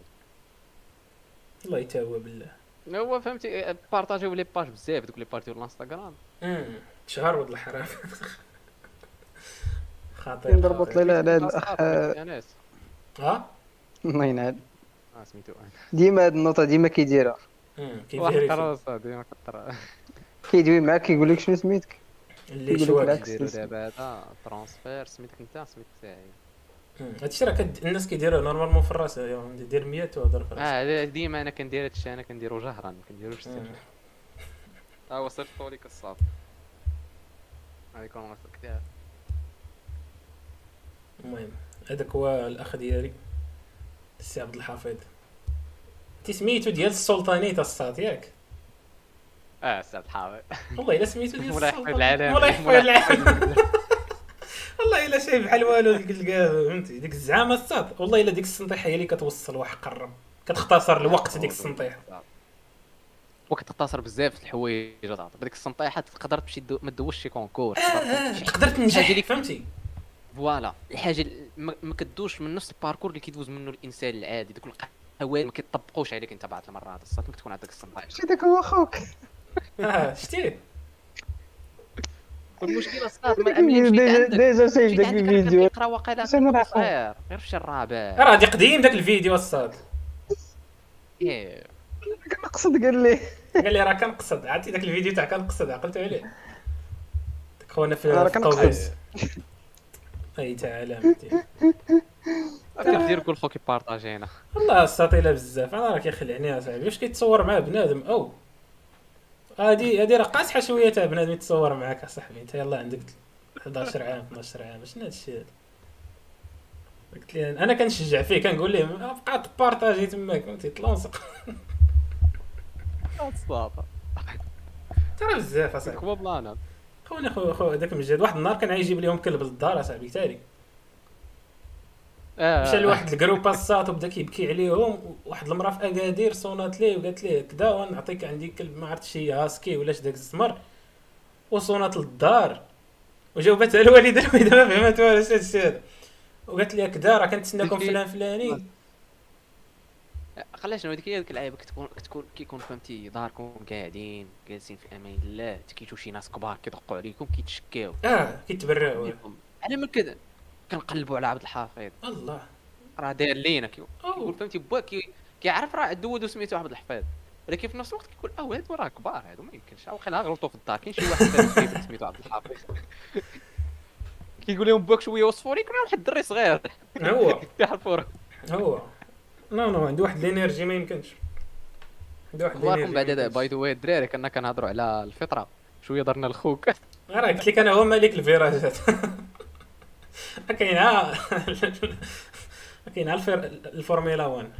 الله يتاوى بالله. هو فهمتي بارطاجيو لي باج بزاف دوك لي باج ديال الانستغرام. امم شهر ولد الحرام. خطير نضربوا خطير. طليله على هذا الاخ يا ناس ها الله ينعل اه سميتو انا ديما هاد النوطه ديما كيديرها امم واحد كيفيريفي كراسه ديما كطر كيدوي معاك كيقول لك شنو سميتك اللي يقول لك شواك. العكس. نديرو دابا هذا ترانسفير سميتك انت سميت تاعي. مم. هادشي راه كد... الناس كيديروه نورمالمون في الراس، يعني دير مية وهضر في راسك. اه ديما انا كندير هادشي انا كنديرو جهرا ما كنديروش مم. سر. ها هو صيفطوا لك الصاد عليكم نص الكتاب. المهم هذاك هو الاخ ديالي السي عبد الحفيظ. انت سميتو ديال السلطانيت الصاد ياك؟ اه استاذ حافظ والله الا سميتو ديال مولاي يحفظ السلطانيت العالم مولاي يحفظ العالم. والله الا شايف بحال والو ديك الكا فهمتي ديك الزعامه الصاد. والله الا ديك السنطيحه هي اللي كتوصل واحد قرب كتختصر الوقت ديك السنطيحه. وقت تختصر بزاف د الحوايج هذا بديك السنطيحه تقدر تمشي دو... ما تدوزش شي كونكور تقدر تنجح فهمتي. فوالا الحاجه ما, ما كدوش من نفس الباركور اللي كيدوز منه الانسان العادي. دوك القهوات ما كيطبقوش عليك انت بعض المرات الصاد ممكن تكون عندك السنطيحه. شتي داك هو خوك اه شتي والمشكله الصاد ما امين مشيت عندك ديجا شايف مشيت داك عندك الفيديو كيقرا واقيلا شنو راح صغير غير في شي الرابع. راه دي قديم داك الفيديو الصاد. ايه كنقصد قال لي قال لي راه كنقصد عرفتي داك الفيديو تاع كنقصد عقلت عليه داك خونا في راه في كنقصد. الطوبيس. اي تعالى عمتي كيف دير كل خوك يبارطاجينا والله الساطيله بزاف. انا راه كيخلعني اصاحبي واش كيتصور مع بنادم او هادي هادي راه قاصحه شويه تاع بنادم يتصور معاك اصاحبي. انت يلاه عندك حداش عام اثناش عام شنو هادشي هذا؟ قلت لي انا كنشجع فيه كنقول ليه بقى تبارطاجي تماك فهمتي تلونسق. الصافا ترى بزاف اصاحبي. هو بلانا خونا خو خو هذاك مجاد واحد النهار كان عايجيب لهم كلب للدار اصاحبي تالي. مشى لواحد الجروب الساط وبدا كيبكي عليهم. واحد المراه في اكادير صونات ليه وقالت ليه كدا ونعطيك عندي كلب ما عرفت شي هاسكي ولاش داك الزمر وصونات للدار. وجاوبتها الوالده الوالده ما فهمت والو اش هادشي هذا. وقالت لي كدا راه كنتسناكم فلان فلاني. خلاش شنو هذيك هي ديك اللعيبه كتكون كتكون كيكون فهمتي داركم قاعدين جالسين في امان الله تكيتو شي ناس كبار كيدقوا عليكم كيتشكاو اه كيتبرعوا. على ما كذا كنقلبوا على عبد الحفيظ الله راه داير لينا كيقول أوه. فهمتي با كي كيعرف راه عنده ولد سميتو عبد الحفيظ ولكن في نفس الوقت كيقول اه هادو راه كبار هادو ما يمكنش واخا غلطوا في الدار كاين شي واحد ثاني سميتو عبد الحفيظ كيقول لهم باك شويه وصفوا لي كنا واحد الدري صغير هو كيعرفوا هو نو نو عنده واحد الانرجي ما يمكنش. عنده واحد اخباركم بعد هذا باي ذا واي الدراري كنا كنهضروا على الفطره شويه درنا الخوك راه قلت لك انا هو ملك الفيراجات. كاين ها كاين ها الفورمولا واحد.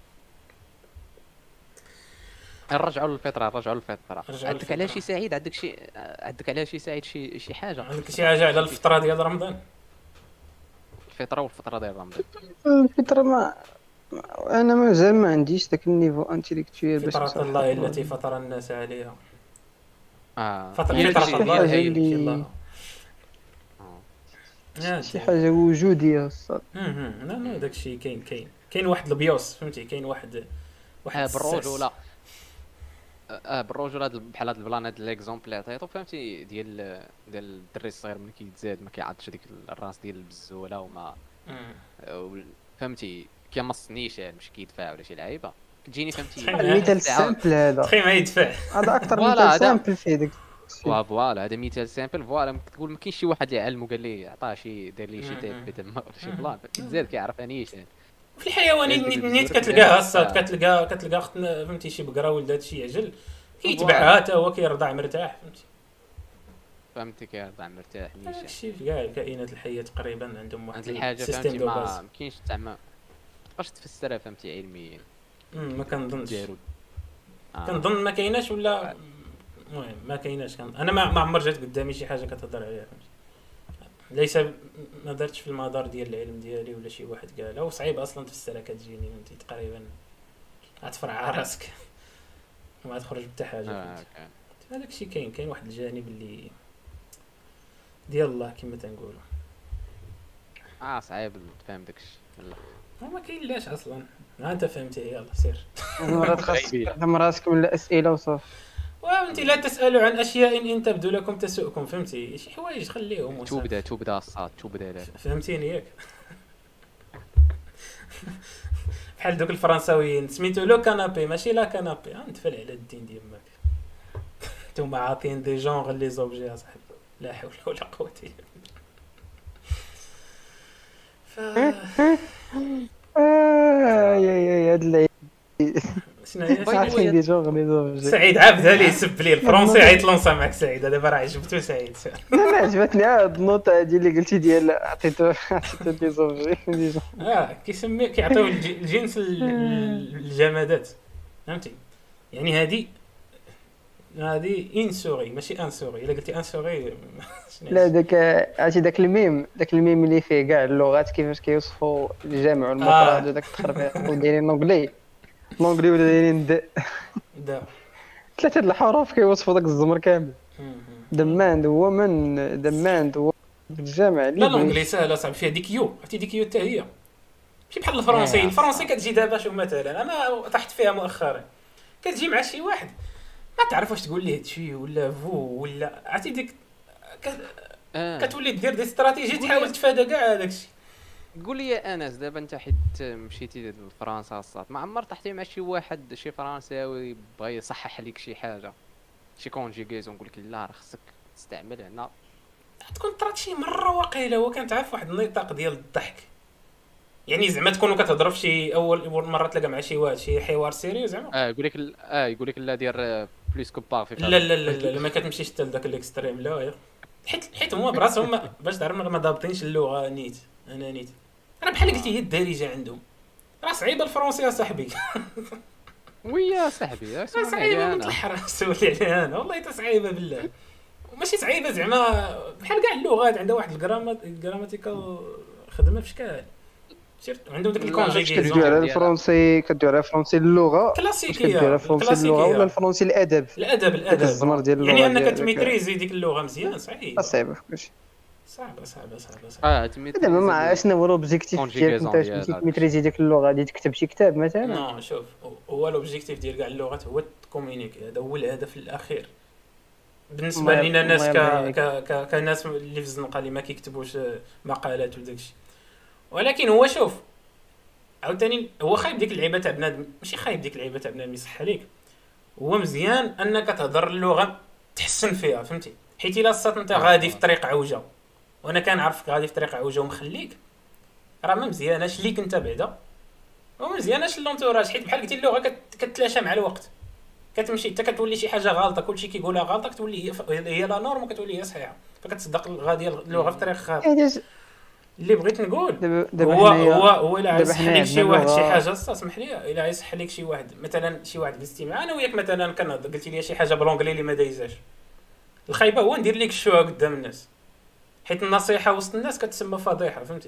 نرجعوا للفطره نرجعوا للفطره رجعوا عندك للفطرة. على شي سعيد عندك شي عندك على شي سعيد شي شي حاجه عندك شي حاجه على الفطره ديال رمضان؟ الفطره والفطره ديال رمضان الفطرة ما ما- انا مازال ما عنديش داك النيفو انتيليكتويال باش فطرة نصرح الله الفطرة. التي فطر الناس عليها. اه فطر يعني فطرة شي الله حاجة هي اللي- شي الله. آه. شي حاجة وجودية الصاد. اها لا لا داك الشيء كاين كاين كاين واحد البيوس فهمتي كاين واحد واحد اه الساس. بالرجوله اه بالرجوله هاد بحال هاد البلان هاد ليكزومبل اللي عطيتو فهمتي ديال ديال الدري الصغير ملي كيتزاد ما كيعضش ديك الراس ديال البزوله وما مم. آه، فهمتي كيمصنيش يعني مش كيدفع ولا شي لعيبه كتجيني فهمتي تخيل المثال ساعة. السامبل هذا تخيل ما يدفع. هذا اكثر فوالا، مثال هذا- سامبل فيه داك الشيء. وا فوالا هذا مثال سامبل فوالا تقول ما كاينش شي واحد اللي علمو قال لي عطاه شي دار لي شي مم. تيب تما ولا شي مم. بلان كيتزاد كيعرفنيش يعني في الحيوانات ديك نيت البزوز نيت كتلقاها كتلقاها الصاد ساعة. كتلقى كتلقى اختنا فهمتي شي بقره ولدات شي عجل كيتبعها حتى هو كيرضع مرتاح فهمتي. فهمتي كيرضع مرتاح هذاك نيشان الشيء في كاع الكائنات الحيه تقريبا عندهم واحد هاد الحاجه السيستيم فهمتي دو ما باز. مكاينش زعما تقدرش تفسرها فهمتي علميا مم، ما كنظنش ديالو آه. كنظن ما كايناش ولا المهم ما كايناش كان انا ما ما عمر جات قدامي شي حاجه كتهضر عليها فهمتي. ليس ما درتش في المدار ديال العلم ديالي ولا شي واحد قالها وصعيب اصلا تفسرها كتجيني فهمتي تقريبا غتفرع على راسك وما تخرج حتى حاجه آه، فهمتي. كان. هذاك الشيء كاين كاين واحد الجانب اللي ديال الله كما تنقولوا. اه صعيب تفهم داكشي يلا ما كاين لاش اصلا. ها انت فهمتي، يلا سير. مرات خاص تعلم راسك من الاسئله وصافي. وانت لا تسالوا عن اشياء ان تبدو لكم تسؤكم، فهمتي؟ شي حوايج خليهم وصافي. توبدا توبدا الصاد توبدا لا فهمتيني ياك؟ بحال دوك الفرنساويين سميتو لو كانابي ماشي لا كانابي. نتفل على الدين ديال ماك. نتوما عاطين دي جونغ لي زوبجي اصاحبي، لا حول ولا قوه الا بالله. ف اه يا يا هاد اللعيب شنو هي؟ عارفين دي جونغ لي زوج. سعيد عبده لي يسب لي الفرونسي عيط لونسا معك سعيد. دابا راه عجبتو سعيد. لا لا عجبتني هاد النوطه هادي اللي قلتي ديال عطيتو عطيتو دي زوج دي جونغ. اه كيسمي كيعطيو الج- الجنس ال- ال- الجمادات، فهمتي؟ يعني هادي هادي ان سوري ماشي ان سوري. الا قلتي ان سوري لا داك عرفتي داك الميم داك الميم اللي فيه كاع اللغات كيفاش كيوصفوا الجمع والمفرد وداك التخربيق ودايرين لونجلي لونجلي ولا دايرين د دا ثلاثه د الحروف كيوصفوا داك الزمر كامل. دماند هو من دماند هو الجمع لا اللي لونجلي سهله صعب فيها ديك يو. عرفتي ديك يو حتى هي ماشي بحال الفرنسي. آه، الفرنسي كتجي دابا شوف مثلا انا طحت فيها مؤخرا، كتجي مع شي واحد ما تعرف واش تقول ليه تشي ولا فو ولا عرفتي ديك ك- آه. كتولي دير دي استراتيجي تحاول تفادى كاع هذاك الشيء. قول لي يا انس دابا انت حيت مشيتي لفرنسا الصاد ما عمر طحتي مع شي واحد شي فرنساوي بغى يصحح لك شي حاجه شي كونجيغيزون نقول لك لا راه خصك تستعمل هنا تكون طرات شي مره واقيلا هو كانت عارف واحد النطاق ديال الضحك، يعني زعما تكونوا كتهضروا في شي اول اول مره تلاقى مع شي واحد شي حوار سيريو زعما. اه يقول لك ال- اه يقول لك لا دير بليس كو با في لا لا لا لا, لا ما كتمشيش حتى لذاك الاكستريم لا يا. حيت حيت هما براسهم ما- باش تعرف ما ضابطينش اللغه نيت. انا نيت راه بحال قلتي هي الدارجه عندهم. راه صعيبه الفرنسيه صاحبي. ويا صاحبي راه اسمعني صعيبه انا مثل الحرام سولي عليها انا والله حتى صعيبه بالله. وماشي صعيبه زعما بحال كاع اللغات عندها واحد الجرامات الجراماتيكال خدمه في شكال سيرت عندهم داك لا، كدوي على الكونجيغيزون الفرنسي كدوي على الفرنسي اللغه واش كلاسيكيه. كدوي على الفرنسي اللغه ولا الفرنسي الادب الادب داك الزمر الادب ديال اللغه يعني انك ديالك. تميتريزي ديك اللغه مزيان صعيب صعيبه في كلشي. صعبه صعبه صعبه صعبه. اه تميت دابا ما شنو هو لوبجيكتيف ديالك كونجيغيزون انت؟ ديال مشيتي هذاك تميتريزي ديك اللغه غادي تكتب شي كتاب مثلا؟ نو شوف هو الاوبجيكتيف ديال كاع اللغات هو تكومونيكي. هذا هو الهدف الاخير بالنسبه الله- لينا الناس الله ك... يبارك. ك... ك... كناس اللي في الزنقه اللي ما كيكتبوش مقالات وداكشي. ولكن هو شوف عاوتاني هو خايب ديك اللعيبه تاع بنادم، ماشي خايب ديك اللعيبه تاع بنادم يصح عليك. هو مزيان انك تهضر اللغه تحسن فيها، فهمتي؟ حيت الا صات انت غادي في طريق عوجه وانا كنعرفك غادي في طريق عوجه ومخليك، راه ما مزياناش ليك انت بعدا وما مزياناش لونتوراج. حيت بحال قلتي اللغه كت... كتلاشى مع الوقت، كتمشي حتى كتولي شي حاجه غلطه كلشي كيقولها غلطه كتولي هي, ف... هي لا نورم وكتولي هي صحيحه، فكتصدق غادي اللغه في طريق خاطئ. علاش اللي بغيت نقول دابا دابا هو حنايا هو هو الا عايز دابا يصح حنايا لك شي عندنا واحد شي لغة- حاجه صا اسمح لي الا عايز يصح لك شي واحد مثلا شي واحد جلستي معاه انا وياك مثلا كنهضر قلتي لي شي حاجه بالونجلي اللي ما دايزاش، الخايبه هو ندير لك الشوها قدام الناس، حيت النصيحه وسط الناس كتسمى فضيحه، فهمتي؟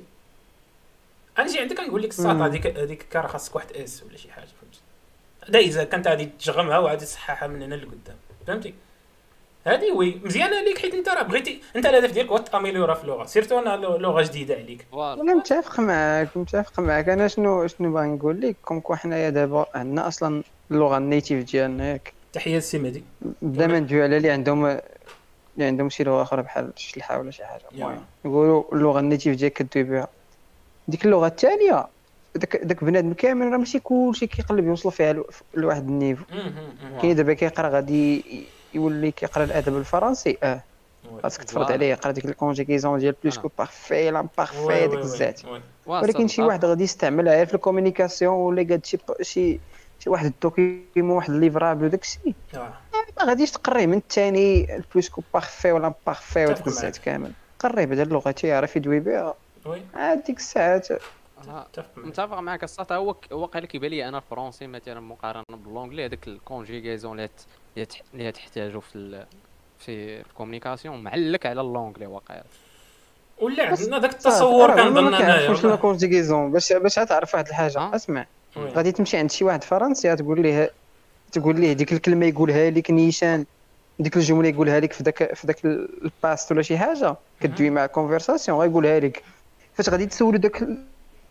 غنجي عندك كنقول لك الساط مم. هذيك هذيك كاره خاصك واحد اس ولا شي حاجه، فهمتي؟ هذا اذا كنت غادي تجغمها وغادي تصححها من هنا لقدام، فهمتي؟ هذه وي مزيانه ليك حيت انت راه بغيتي انت الهدف ديالك هو تاميليورا في اللغه، سيرتو انا لغه جديده عليك. فوالا انا متفق معاك متفق معاك انا شنو شنو باغي نقول لك كوم كو حنايا دابا عندنا اصلا اللغه النيتيف ديالنا ياك تحيه السي مهدي. بدا ما ندوي على اللي عندهم اللي عندهم شي لغه اخرى بحال الشلحه ولا شي حاجه، المهم يا. نقولوا اللغه النيتيف ديالك كدوي بها، ديك اللغه الثانيه داك داك بنادم كامل راه ماشي كلشي كيقلب يوصل فيها ل- لواحد النيفو. كاين دابا كيقرا غادي ي- يولي كيقرا الادب الفرنسي اه خاصك تفرض فوالا. عليه يقرا ديك الكونجيغيزون ديال بلوس كو بارفي لا بارفي ديك الزات، ولكن شي واحد غادي يستعملها في الكومونيكاسيون ولا قاد شي شي شي واحد الدوكيمون واحد الليفرابل وداك الشيء ما غاديش تقريه من الثاني البلوس كو بارفي ولا بارفي وديك متفق الزات كامل، قريه بدل اللغه تيعرف يدوي بها وي عاد ديك الساعات. أنا متفق معك. متفق معك الصراحه. هو ك- واقيلا كيبان لي انا الفرونسي مثلا مقارنه باللونجلي هذاك الكونجيغيزون اللي هت- اللي تح- اللي تحتاجو في ال... في الكومونيكاسيون معلك على اللونجلي واقيلا. ولا بس عندنا داك التصور راه هما كنظن ما كيعرفوش لا انايا كونجيغيزون باش باش تعرف واحد الحاجه آه. اسمع وي. غادي تمشي عند شي واحد فرنسي تقول ليه تقول ليه ديك الكلمه يقولها لك نيشان ديك الجمله يقولها لك في داك في داك الباست ولا شي حاجه كدوي مع الكونفرساسيون غايقولها لك، فاش غادي تسولو داك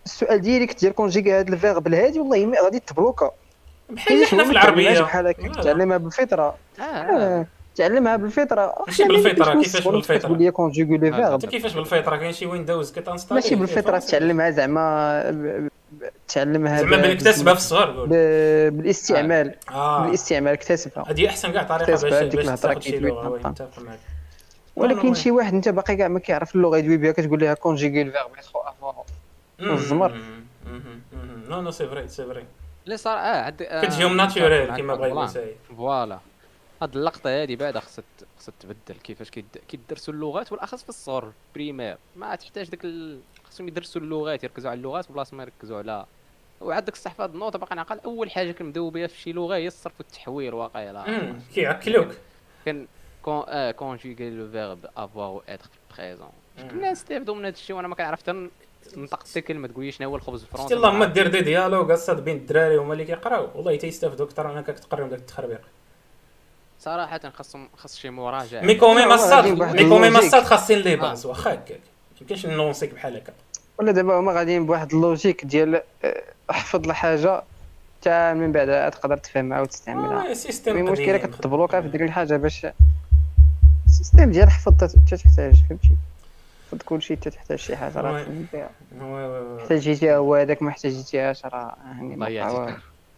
السؤال ديالي كنت ديال كونجيكي هذا الفيرب الهادي والله ما غادي تبلوكا بحال حنا في العربيه بحال هكا تعلمها بالفطره اه آه، تعلمها بالفطره ماشي بالفطره كيفاش بالفطره تقول لي كونجيكي لي آه. انت فيرب كيفاش بالفطره كاين شي ويندوز كتانستالي ماشي بالفطره تعلمها زعما ب- ب- تعلمها زعما ب- بنكتسبها في الصغر قول ب- بالاستعمال اه بالاستعمال اكتسبها هذه احسن كاع طريقه كتسبها باش ديك باش الهضره تاخذ شي كيدوي لغه وي تنطق. متفق معاك ولكن شي واحد انت باقي كاع ما كيعرف اللغه يدوي بها كتقول لها كونجيكي الفيرب يتخو افوار والزمر. نو نو سي فري سي فري لا صار اه عند آه، كتجيهم ناتوريل كما بغا يقول سعيد فوالا هاد اللقطه هادي بعدا خصها خصها تبدل كيفاش كيد- كيدرسوا اللغات والاخص في الصغر بريمير ما تحتاج داك ال... خصهم يدرسوا اللغات يركزوا على اللغات بلاصه ما يركزوا على وعاد داك الصحفه هاد النوطه باقي نعقل اول حاجه كنبداو بها في شي لغه هي الصرف والتحويل واقيلا امم كيعكلوك كان كون اه كونجيغي لو فيرب افوار و اتر بريزون الناس استافدوا من هذا الشيء وانا ما كنعرف حتى نطق حتى كلمه تقول لي شنو هو الخبز الفرنسي شتي اللهم دير دي ديالوغ اصاد بين الدراري هما اللي كيقراو والله تيستافدوا اكثر انك تقريهم داك التخربيق صراحه خاصهم خاص شي مراجعه مي كومي والله مصاد غادي بواحد مي كومي اللوجيك. مصاد خاصين لي باز واخا هكاك ميمكنش نونسيك بحال هكا ولا دابا هما غاديين بواحد اللوجيك ديال آه، احفظ الحاجه حتى من بعد تقدر تفهمها وتستعملها. اه سيستم مي قديم المشكله كتبلوكا في ديك الحاجه باش السيستم ديال حفظ حتى تحتاج فهمتي حفظ كلشي حتى تحتاج شي حاجه راه وي. تفهم بها وي وي وي. احتاجيتيها هو هذاك ما احتاجيتيهاش راه يعني ما ضيعتي. بقى والو.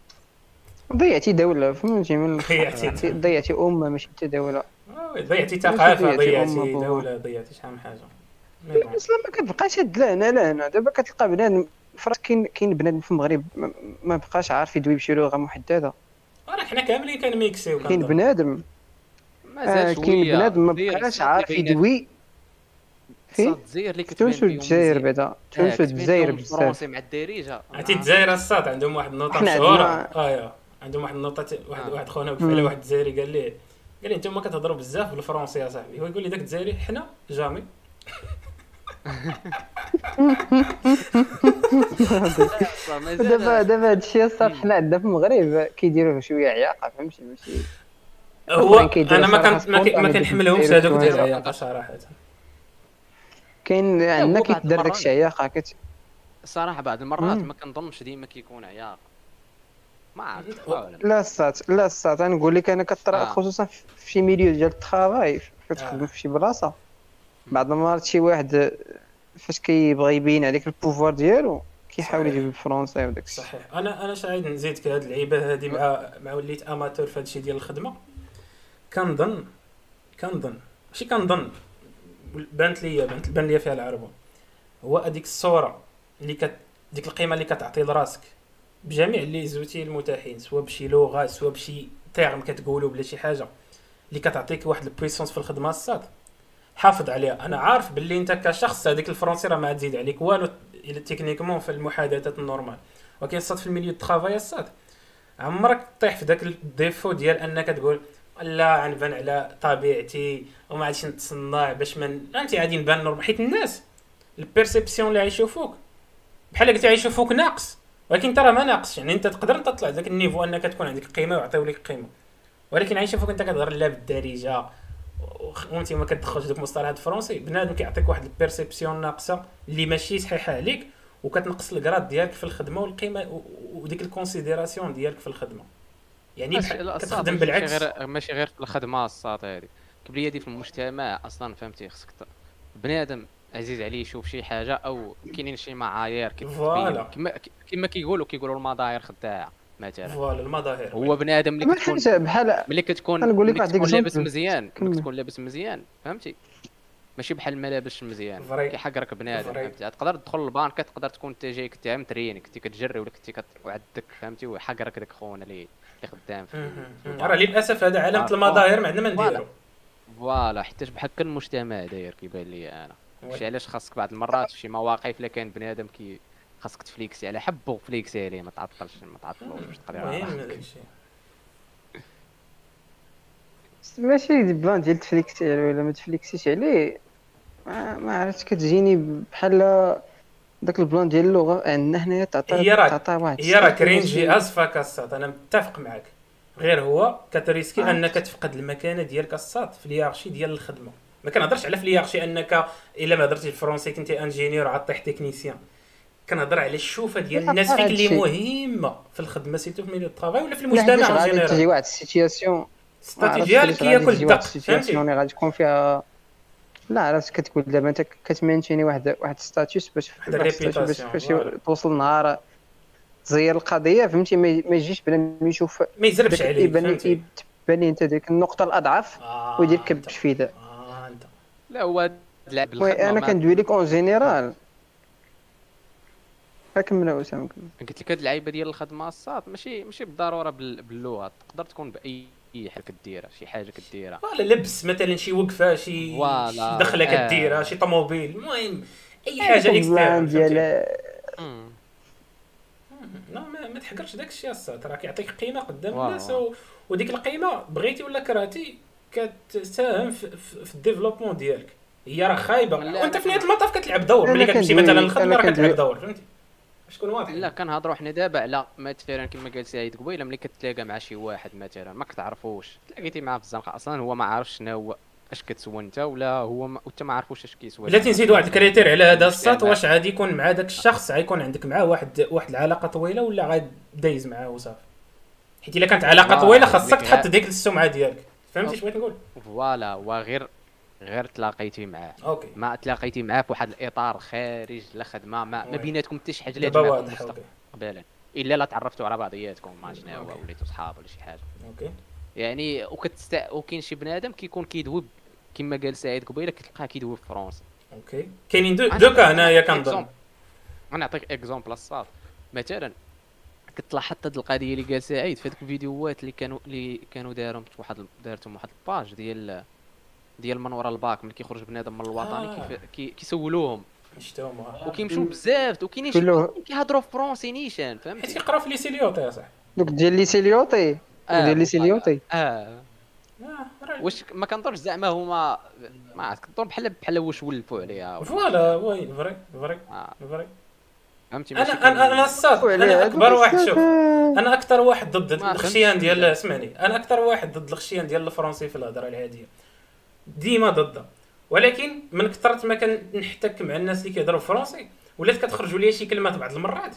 ضيعتي دوله فهمتي من ضيعتي. ضيعتي امه ماشي حتى دوله. آه، ضيعتي ثقافه ضيعتي ضيعتي أمة دوله ضيعتي شحال من حاجه مي بون. اصلا ما كتبقاش هاد لهنا لهنا دابا كتلقى بنادم فرات كاين كاين بنادم في المغرب ما- ما بقاش عارف يدوي بشي لغه محدده. راه حنا كاملين كنميكسيو كاين كنظن. بنادم آه، مازال شويه كاين بنادم ما دير بقاش الصاد عارف اللي بينات- يدوي فين الصاد الجزائر اللي كتبان تونس والجزائر بعدا تونس والجزائر بزاف. الفرنسي مع الدارجه عرفتي الجزائر الصاد عندهم واحد النوطه حنا مشهوره عندنا- اه يا عندهم واحد النوطه واحد آه. واحد خونا وقف على مم. واحد الجزائري قال ليه قال لي انتم كتهضروا بزاف بالفرنسي يا صاحبي هو يقول لي داك الجزائري حنا جامي دابا دابا هادشي صار حنا عندنا في المغرب كيديروه شويه عياقه فهمتي ماشي هو طبعاً كيدير انا ما صراحة كنت ما كي- ما سبونطاني كنحملهمش كيدير هذوك ديال شوية. العياقه صراحه كاين عندنا هو بعض كيدار المرات- داكشي عياقه كت الصراحه بعض المرات مم. ما كنظنش ديما كيكون عياق ما عرفت ولا لا الصات لا الصات غنقول لك انا كطرا آه. خصوصا في شي ميليو ديال الترافاي كتخدم آه. في شي بلاصه بعض المرات شي واحد فاش كيبغي يبين عليك البوفوار ديالو كيحاول صحيح. يجيب بالفرنسي وداك الشيء. صحيح انا انا سعيد نزيدك هاد اللعيبه هادي مع مع وليت اماتور في هادشي ديال الخدمه كنظن كنظن ماشي كنظن بانت ليا بانت بان ليا فيها العربه هو هذيك الصوره اللي كت ديك القيمه اللي كتعطي لراسك بجميع لي زوتي المتاحين سواء بشي لغه سواء بشي تيرم كتقولوا بلا شي حاجه اللي كتعطيك واحد البويسونس في الخدمه الصاد حافظ عليها. انا عارف باللي انت كشخص هذيك الفرنسي راه ما تزيد عليك والو الى تكنيكمون في المحادثات النورمال ولكن الصاد في الميليو الترافاي الصاد عمرك طيح في داك الديفو ديال انك تقول لا غنبان على طبيعتي وما عادش نتصنع باش من فهمتي غادي نبان نورمال حيت الناس البيرسيبسيون اللي غيشوفوك بحال قلتي غيشوفوك ناقص ولكن انت راه ما ناقص يعني انت تقدر انت تطلع ذاك النيفو انك تكون عندك قيمه ويعطيو لك قيمه ولكن غيشوفوك انت كتهضر لا بالدارجه وانت ما كتدخلش دوك المصطلحات الفرنسي بنادم كيعطيك واحد البيرسيبسيون ناقصه اللي ماشي صحيحه عليك وكتنقص الكراد ديالك في الخدمه والقيمه وديك الكونسيديراسيون ديالك في الخدمه يعني ماشي- بحال لا، كتخدم الصاد بالعكس ماشي غير ماشي غير في الخدمه الصاد هذه كبريه دي في المجتمع اصلا فهمتي خصك ت- بنادم عزيز عليه يشوف شي حاجه او كاينين شي معايير كيف فوالا. كما كما كيقولوا كيقولوا المظاهر خداعه مثلا فوالا المظاهر هو بنادم اللي ما كتكون حاجه بحال ملي كتكون غنقول لك ملي واحد كتكون لابس example. مزيان ملي كمل. كتكون لابس مزيان فهمتي ماشي بحال ما لابسش مزيان فري. كيحقرك بنادم فري. فهمتي تقدر تدخل للبنك تقدر تكون انت جاي كنت عام تريني كنتي كتجري ولا كنتي كتوعدك فهمتي ويحقرك داك خونا اللي اللي خدام في في البنك. راه للاسف هذا علامه آه، المظاهر ما عندنا ما فوالا. نديرو فوالا حتى بحال هكا المجتمع داير كيبان لي انا شي علاش خاصك بعض المرات في شي مواقف الا كان بنادم كي خاصك تفليكسي على حبو فليكسي عليه ما تعطلش ما تعطلوش باش تقدر المهم على هذا الشيء ماشي دي بلان ديال تفليكسي عليه ولا ما تفليكسيش عليه ما, ما عرفتش كتجيني بحال داك البلان ديال اللغه عندنا حنايا تعطى هي راه تعطى واحد هي راه الشيء كرينجي ماشي- از فاكاسات انا متفق معك غير هو كتريسكي آه. انك تفقد المكانه ديالك الصاد في اليارشي ديال الخدمه ما كنهضرش على في اليارشي انك الا ما هضرتي الفرنسي كنتي انجينيور عطيح تكنيسيان كنهضر على الشوفه ديال لا، الناس فيك اللي هادشي. مهمه في الخدمه سيتو في ميليو الطرافاي ولا في لا حيتاش المجتمع غادي جينيرال. تجي واحد السيتياسيون، ما الاستراتيجيه عرفتش ديالك علاش هي غادي كل تجي واحد دق، السيتياسيون فهمتي؟ اللي غادي تكون فيها. لا عرفت كتقول دابا انت كتمانتيني واحد واحد ستاتيوس باش واحد واحد ستاتيوس باش الريبيتاسيون، فاش فوالا. توصل نهار تزير القضيه، فهمتي؟ ما ما يجيش بنادم يشوف ما يزربش داك عليك، يبان فهمتي؟ تبان لي انت ديك النقطه الاضعف اه ويدير انت. كبش فداء. اه انت. لا هو لعب وي الخدمه انا ما كندوي لك اون جينيرال. كمل اسامه كمل. قلت لك هاد اللعيبه ديال الخدمه الصات ماشي ماشي بالضروره بال- باللغه، تقدر تكون باي حاجه كديرها، شي حاجه كديرها. فوالا لبس مثلا، شي وقفه، شي فوالا. شي دخله آه. كديرها، شي طوموبيل، المهم اي حاجه اكسترا، البلان ديال مم. لا ما, ما تحقرش داك الشيء الصاد، راه كيعطيك قيمه قدام واو. الناس و... وديك القيمه بغيتي ولا كرهتي كتساهم في, في, في الديفلوبمون ديالك. هي راه خايبه لا، وانت أنا في نهايه كن- المطاف كتلعب دور، أنا ملي كتمشي كندوي- مثلا أنا للخدمه راه كندوي- كتلعب دور، فهمتي؟ باش تكون واضح. لا كنهضروا حنا دابا على مثلا كما قال سعيد قبيله، ملي كتلاقى مع شي واحد مثلا ما كتعرفوش، تلاقيتي معاه في الزنقه اصلا هو ما عارفش شنو هو اش كتسوى انت، ولا هو ما... وانت ما عارفوش اش كيسوى. بلاتي نزيد واحد الكريتير على هذا الساط، مع- واش غادي يكون مع داك الشخص، غيكون عندك معاه واحد واحد العلاقه طويله ولا غاد دايز معاه وصافي. حيت الا كانت علاقه آه، طويله خاصك ديك تحط غا- ديك السمعه ديالك، فهمتي اش بغيت نقول؟ فوالا، وغير غير تلاقيتي معاه، اوكي ما تلاقيتي معاه في واحد الاطار خارج الخدمه، ما, ما وي. بيناتكم حتى شي حاجه اللي دابا تجمعكم واضح. اوكي مستقبلا، الا لا تعرفتوا على بعضياتكم ما شنو هو، أوكي. وليتوا صحاب ولا شي حاجه. اوكي يعني وكتست وكاين شي بنادم كيكون كيدوب كما قال سعيد قبيله، كتلقاه كيدوب في فرنسا. اوكي كاينين دو أنا- دوكا هنايا أنا- كنظن. انا نعطيك اكزومبل الصاد. مثلا كتلاحظ هاد القضيه اللي قال سعيد في هذوك الفيديوهات اللي كانوا اللي كانوا دارهم واحد دارتهم واحد الباج ديال ديال من ورا الباك، ملي كيخرج بنادم من الوطني آه. كيف كي كيسولوهم شتوما وكيمشيو بزاف، وكاينين شي كله- وحدين كيهضروا في فرونسي نيشان، حيت فهمتي؟ كيقراو في لي سيليوط يا صاحبي. دوك ديال لي سيليوطي ديال لي سيليوطي اه اه راه- واش ما كنظنش زعما هما ما عرفت، كنظن بحال بحال واش ولفوا عليها ولا- فوالا وي فري فري آه. فري. فهمتي؟ انا ماشي انا انا الصاد انا اكبر واحد، شوف انا اكثر واحد ضد ما الخشيان فهمتش. ديال، اسمعني، انا اكثر واحد ضد الخشيان ديال الفرنسي في الهضره العاديه، ديما ضده. ولكن من كثرت ما كنحتك مع الناس اللي كيهضروا فرنسي ولات كتخرجوا لي شي كلمات بعض المرات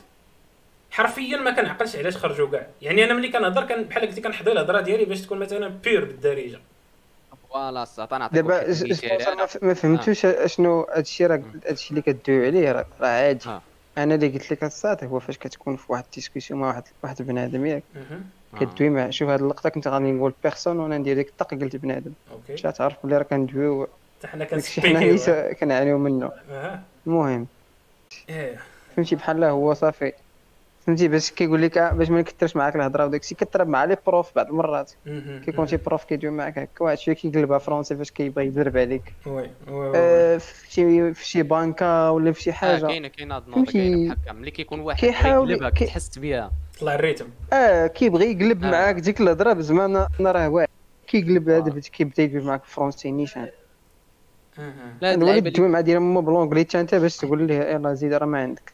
حرفيا ما كنعقلش علاش خرجوا كاع. يعني انا ملي كنهضر كان بحال قلتي كنحضر الهضره ديالي باش تكون مثلا بيور بالدارجه. فوالا صات انا نعطيك دابا واحد ج- المثال ج- أنا. ما ف- ما فهمتوش اشنو هادشي، راه هادشي اللي كدوي عليه راه راه عادي. آه. انا اللي قلت لك الصاد هو فاش كتكون في واحد الديسكسيون مع واحد واحد بنادم ياك اها آه. كدوي مع، شوف هاد اللقطه كنت غادي نقول بيرسون وانا ندير ديك الطق قلت بنادم، اوكي باش تعرف بلي راه كندويو حتى حنا داكشي حنا كنسبيكيو. نيت كنعانيو منه. اها المهم ايه فهمتي بحال هو صافي، فهمتي باش كيقول لك آه، باش ما نكثرش معاك الهضره وداكشي كتراب مع لي بروف بعض المرات مهم. كيكون شي بروف كيدوي معاك هكا واحد شويه كيقلبها فرونسي فاش كيبغي يضرب عليك وي وي وي. آه، في شي في شي بانكا ولا في شي آه حاجه. كاينه كاينه هاد النقطه، فهمتي؟ كاينه بحال هكا ملي كيكون واحد كيحاول كيقلبها كي- كتحس بها. طلع الريتم. اه كيبغي يقلب آه. معاك ديك الهضره بزعما انا أنا راه واعر كيقلب آه. هذا باش كيبدا يدوي معاك فرونسي نيشان. اها لا هاد نولي اللعيبه تدوي اللي مع ديال مو بلونغلي حتى انت باش تقول ليه يلاه زيد راه ما عندك.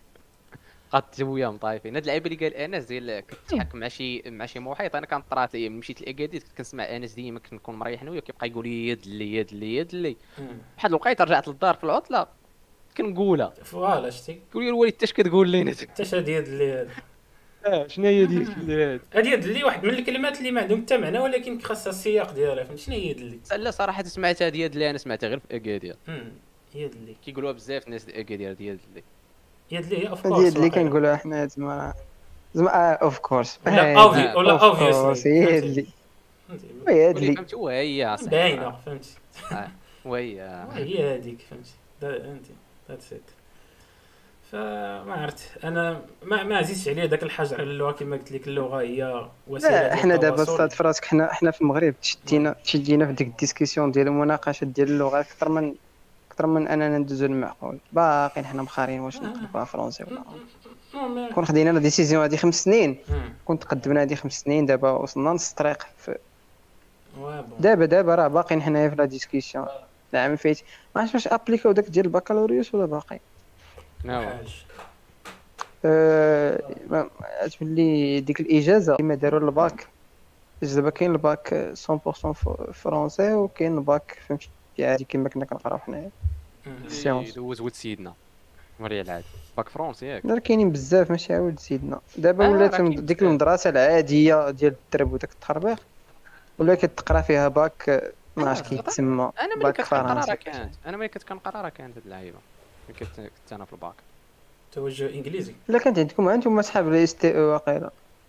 قد وياهم طايفين. هاد اللعيبه اللي قال انس ديال كتحك مع شي مع شي محيط، انا كانت طرات لي مشيت لاكادير كنت كنسمع انس ديما كنكون مريح انا وياه كيبقى يقول لي يد لي يد لي يد لي. واحد الوقيته رجعت للدار في العطله كنقولها، فوالا شتي كيقول لي الوالد حتى اش كتقول لي انت؟ حتى شاد يد اللي اه شنو هي ديك هاد؟ هادي يد اللي واحد من الكلمات اللي ما عندهم حتى معنى ولكن خاصها السياق ديالها، فهمت شنو هي يد اللي؟ لا صراحه سمعت هاد يد اللي انا سمعتها غير في اكادير، امم يد اللي كيقولوها بزاف الناس ديال اكادير ديال اللي يد اللي اوف هادي كورس اللي كنقولوها حنا زعما زعما اوف كورس ولا اوفي ولا اوفيسلي هي اللي هي اللي اللي فهمتي وهي صح باينه، فهمتي وهي هي هذيك، فهمتي انت ذاتس ات. فما عرفت انا ما ما عزيزش عليه داك الحجر على اللغه كما قلت لك، اللغه هي وسيله لا ديال احنا دابا التواصل. صاد في راسك حنا حنا في المغرب تشدينا تشدينا في ديك الديسكسيون ديال المناقشه ديال اللغه اكثر من اكثر من اننا ندوزو المعقول. باقيين حنا مخارين واش نطلبها فرونسي ولا المهم كون خدينا لا ديسيزيون هذه خمس سنين مم. كنت قدمنا هذه خمس سنين دابا وصلنا نص الطريق في وابون دابا دابا راه باقيين حنايا في لا ديسكسيون. العام فايت ما عرفتش واش ابليكاو داك ديال البكالوريوس ولا باقي. نعم حاج أه ما- تولي ديك الاجازه كما داروا الباك، دابا كاين الباك مية بالمية ف- فرونسي وكاين الباك فهمتي عادي كما كنا كنقراو حنايا. مم. السيونس. دوز ولد سيدنا مريع العادي باك فرونسي ياك. لا كاينين بزاف ماشي عاود زيدنا دابا آه، ولات راه كاين ديك بزاف. المدرسه العاديه ديال الدرب وداك التخربيق ولا كتقرا فيها باك ما عرفت كيتسمى انا ملي باك كنت كنقرا راه فرنسي. كانت انا ملي كنت كنقرا راه كانت هاد اللعيبه ملي كنت كنت انا في الباك. توجه انجليزي. لا كانت عندكم انتم صحاب الاس تي او واقيلا.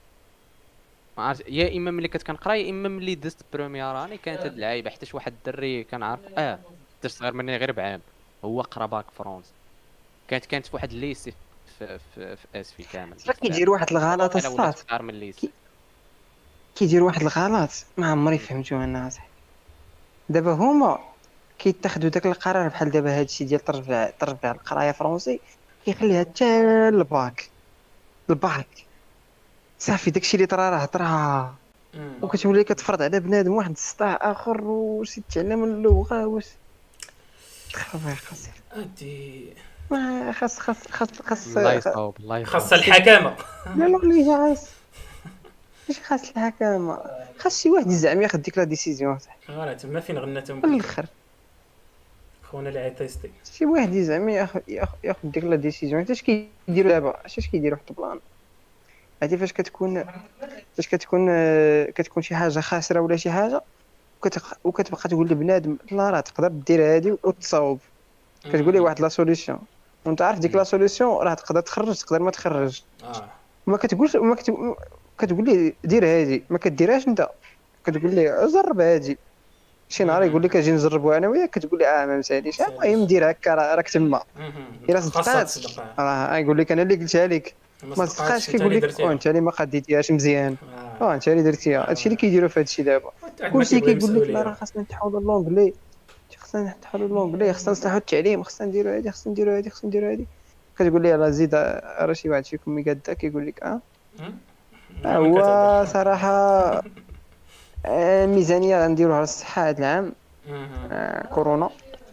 ما عرفت يا اما ملي كنت كنقرا يا اما ملي دزت بروميير راني كانت هاد اللعيبه حتى شي واحد الدري كنعرف اه درت صغير مني غير بعام هو قرا باك فرونسي. كانت كانت في واحد الليسي في في, في اسفي كامل. راه كيدير واحد الغلط انا ولا الصاد صغار من الليسي. كيدير واحد الغلط ما عمري فهمتو انا صاحبي. دابا هما كيتاخدوا داك القرار بحال دابا هادشي ديال ترفع ترفع القرايه فرونسي كيخليها حتى الباك الباك صافي داكشي اللي طرا راه طرا وكتولي كتفرض على بنادم واحد السطاع اخر واش يتعلم اللغه واش تخربيق خاص هادي ما خاص خاص خاص خاص الله يصاوب الله يصاوب. خاص الحكامه. لا لا اللي جاعس اش خاص الحكامه خاص شي واحد زعما ياخذ ديك لا ديسيزيون صح راه تما فين غناتهم في الاخر خونا اللي عيطيستي. شي واحد زعما ياخذ ياخذ ديك لا ديسيزيون حتى اش كيديروا دابا اش كيديروا واحد البلان هادي فاش كتكون فاش كتكون كتكون شي حاجه خاسره ولا شي حاجه وكتبقى وكتبقى تقول لبنادم لا راه تقدر دير هادي وتصاوب كتقول لي واحد لا سوليوشن وانت عارف ديك لا سوليوشن راه تقدر تخرج تقدر ما تخرج اه ما كتقولش ما كتب... كتقول لي دير هادي ما كديرهاش انت كتقول لي جرب هادي شي نهار يقول لك اجي نجربوا انا وياك كتقول لي اه ما مساليش المهم دير هكا راك تما الا صدقات راه يقول لك انا اللي قلتها لك ما صدقاش كيقول لك انت اللي ما قديتيهاش مزيان اه انت اللي درتيها هادشي اللي كيديروا في هادشي دابا كلشي كيقول لك لا راه خاصنا نتحولوا للونجلي خاصنا نتحولوا للونجلي خاصنا نصلحوا التعليم خاصنا نديروا هادي خاصنا نديروا هادي خاصنا نديروا هادي كتقول لي راه زيد راه شي واحد فيكم مي قدا كيقول لك اه هو صراحه الميزانيه غنديروها على الصحه هذا العام كورونا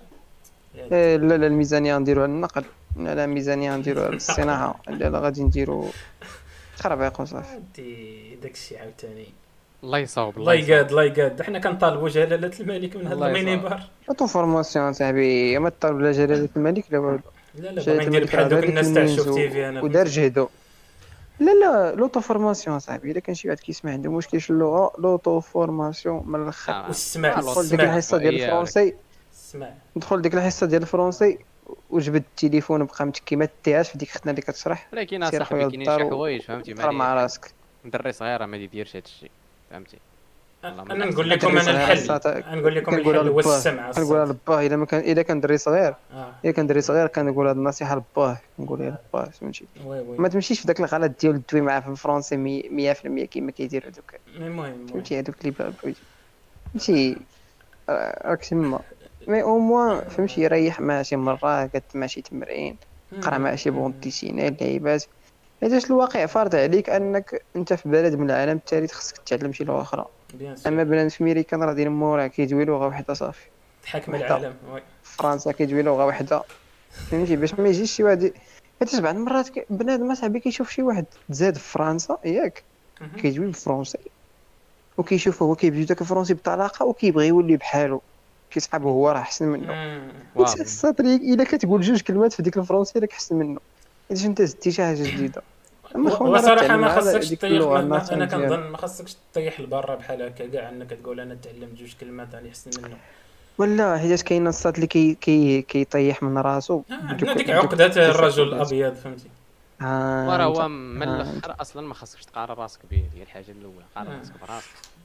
لا لا الميزانيه غنديروها على النقل لا لا الميزانيه غنديروها على الصناعه لا لا غادي نديرو خربيق وصافي دي داكشي عاوتاني الله يصاوب الله يقاد الله يقاد حنا كنطالبوا جلاله الملك من هذا المينيبار اطو فورماسيون صاحبي ما تطالب لا جلاله الملك لا والو لا لا باغي ندير بحال دوك الناس تاع شوف تيفي انا ودار جهدو لا لا لوطو فورماسيون صاحبي الا كان شي واحد كيسمع عنده مشكل في اللغه لوطو فورماسيون من الاخر والسماع ندخل ديك الحصه ديال الفرونسي اسمع ندخل ديك الحصه ديال الفرونسي وجبد التليفون بقى متكي ما تيهاش في ديك ختنا اللي كتشرح ولكن اصاحبي كاينين شي حوايج فهمتي مع راسك مدري صغير ما يديرش هذا الشيء فهمتي. انا نقول لكم انا الحل نقول لكم الحل هو السمع نقولها لباه الا ما كان الا كان دري صغير الا كان دري صغير كنقول هذه النصيحه لباه نقول لها لباه فهمتي ما تمشيش في داك الغلط ديال الدوي معاه في الفرونسي مية في المية كيما كيديروا هذوك المهم فهمتي هذوك اللي فهمتي راك تما مي او موان فهمتي يريح مع شي مره قد مع شي تمرين قرا مع شي بونتيسينال لعيبات حيتاش الواقع فارض عليك انك انت في بلد من العالم الثالث خصك تتعلم شي لغه اخرى اما بلاد في امريكا راه دايرين مورا كيدوي لغه واحده صافي تحكم العالم وي فرنسا كيدوي لغه واحده فهمتي باش ما يجيش شي واحد حيت بعض المرات بنادم صاحبي كيشوف شي واحد تزاد في فرنسا ياك كيدوي بالفرنسي وكيشوف هو كيبدي داك الفرنسي بطلاقه وكيبغي يولي بحالو كيصحابو هو راه احسن منه السطر الا كتقول جوج كلمات في ديك الفرنسي راك احسن منه حيت انت زدتي شي حاجه جديده. وصراحه ما خاصكش تطيح انا كنظن ما خاصكش تطيح لبرا بحال هكا كاع انك تقول انا تعلمت جوج كلمات راني احسن منه ولا حيت كاين الصاد اللي كي كي كيطيح من راسو عندنا ديك عقده الرجل الابيض فهمتي وراه هو من الاخر اصلا ما خاصكش تقارن راسك به هي الحاجه الاولى قارن راسك براسك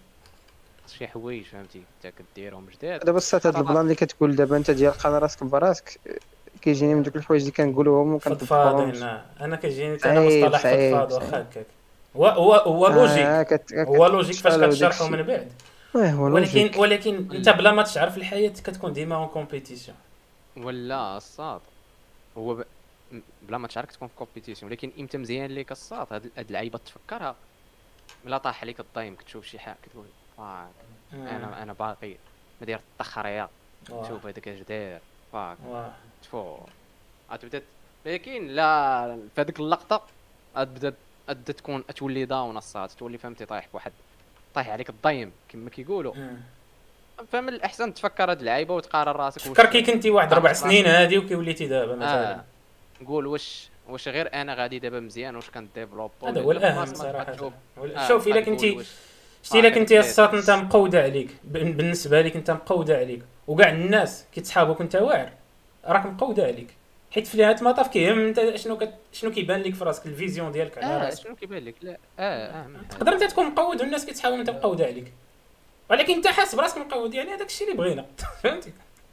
شي حوايج فهمتي انت كديرهم جداد دابا الصاد هذا البلان اللي كتقول دابا انت ديال قارن راسك براسك كيجيني من دوك الحوايج اللي كنقولوهم وكنطبقهم انا كيجيني حتى مصطلح فضفاض واخا هكاك هو هو هو لوجيك هو لوجيك فاش كتشرحو من بعد ولكن ولكن انت بلا ما تعرف الحياه كتكون ديما اون كومبيتيسيون ولا الصاد هو ب... بلا ما تعرف تكون في كومبيتيسيون ولكن امتى مزيان ليك الصاد هاد اللعيبه تفكرها ملا طاح عليك الضيم كتشوف شي حاجه كتقول فاك انا انا باقي ما داير التخريه شوف هذاك اش داير فاك تفو غتبدا لكن لا في هذيك اللقطه غتبدا غتبدا تكون تولي داون الصاد تولي فهمتي طايح بواحد طايح عليك الضيم كما كيقولوا فمن الاحسن تفكر هاد اللعيبه وتقارن راسك فكر كي كنتي واحد ربع سنين هادي وكي وليتي دابا مثلا آه. نقول واش واش غير انا غادي دابا مزيان واش كنديفلوب هذا هو الاهم صراحه. شوف الا كنتي شتي الا كنتي الساط انت مقوده عليك بالنسبه لك انت مقوده عليك وكاع الناس كيتصحابوك انت واعر راك مقوده عليك حيت في نهايه المطاف كيهم انت شنو كت... شنو كيبان لك في راسك الفيزيون ديالك على اه راسك. شنو كيبان لك لا اه اه تقدر انت تكون مقود والناس كيتحاولوا انت مقوده عليك ولكن انت حاس براسك مقود يعني هذاك الشيء اللي بغينا فهمتي.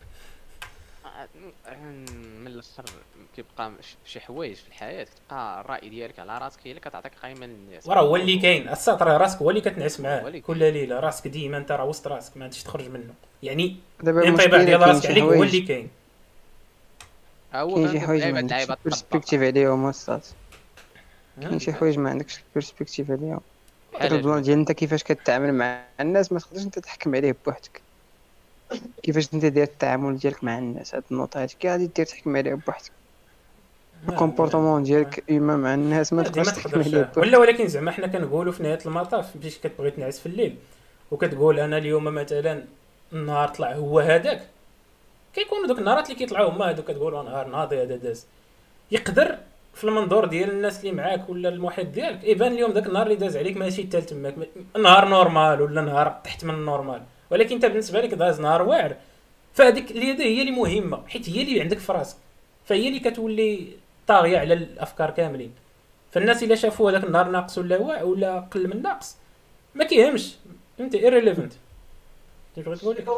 من الاخر كيبقى شي حوايج في الحياه كتبقى الراي ديالك على راسك هي اللي كتعطيك قيمه للناس وراه هو اللي كاين السطر راسك هو اللي كتنعس معاه كل ليله راسك ديما انت راه وسط راسك ما عندكش تخرج منه يعني الانطباع ديال راسك عليك هو اللي كاين. كاين شي حوايج ما عندكش برسبكتيف عليهم وسط كاين شي حوايج ما عندكش برسبكتيف عليهم البلان ديال انت كيفاش كتعامل مع الناس ما تقدرش انت تحكم عليه بوحدك كيفاش انت داير التعامل ديالك مع الناس هاد النقطه هادي كي غادي دير تحكم عليه بوحدك الكومبورطمون ديالك اما مع الناس ما تقدرش تحكم عليه بوحدك ولا ولكن زعما حنا كنقولوا في نهايه المطاف باش كتبغي تنعس في الليل وكتقول انا اليوم مثلا النهار طلع هو هذاك كيكونوا دوك النهارات اللي كيطلعوا هما هذوك كتقولوا نهار ناضي هذا داز يقدر في المنظور ديال الناس اللي معاك ولا المحيط ديالك يبان اليوم داك النهار اللي داز عليك ماشي حتى تماك نهار نورمال ولا نهار تحت من النورمال ولكن انت بالنسبه لك داز نهار واعر فهذيك اليد هي اللي مهمه حيت هي اللي عندك في راسك فهي اللي كتولي طاغيه على الافكار كاملين. فالناس الا شافوا هذاك النهار ناقص ولا واعر ولا قل من ناقص ما كيهمش انت ايريليفنت تبغي تقول لك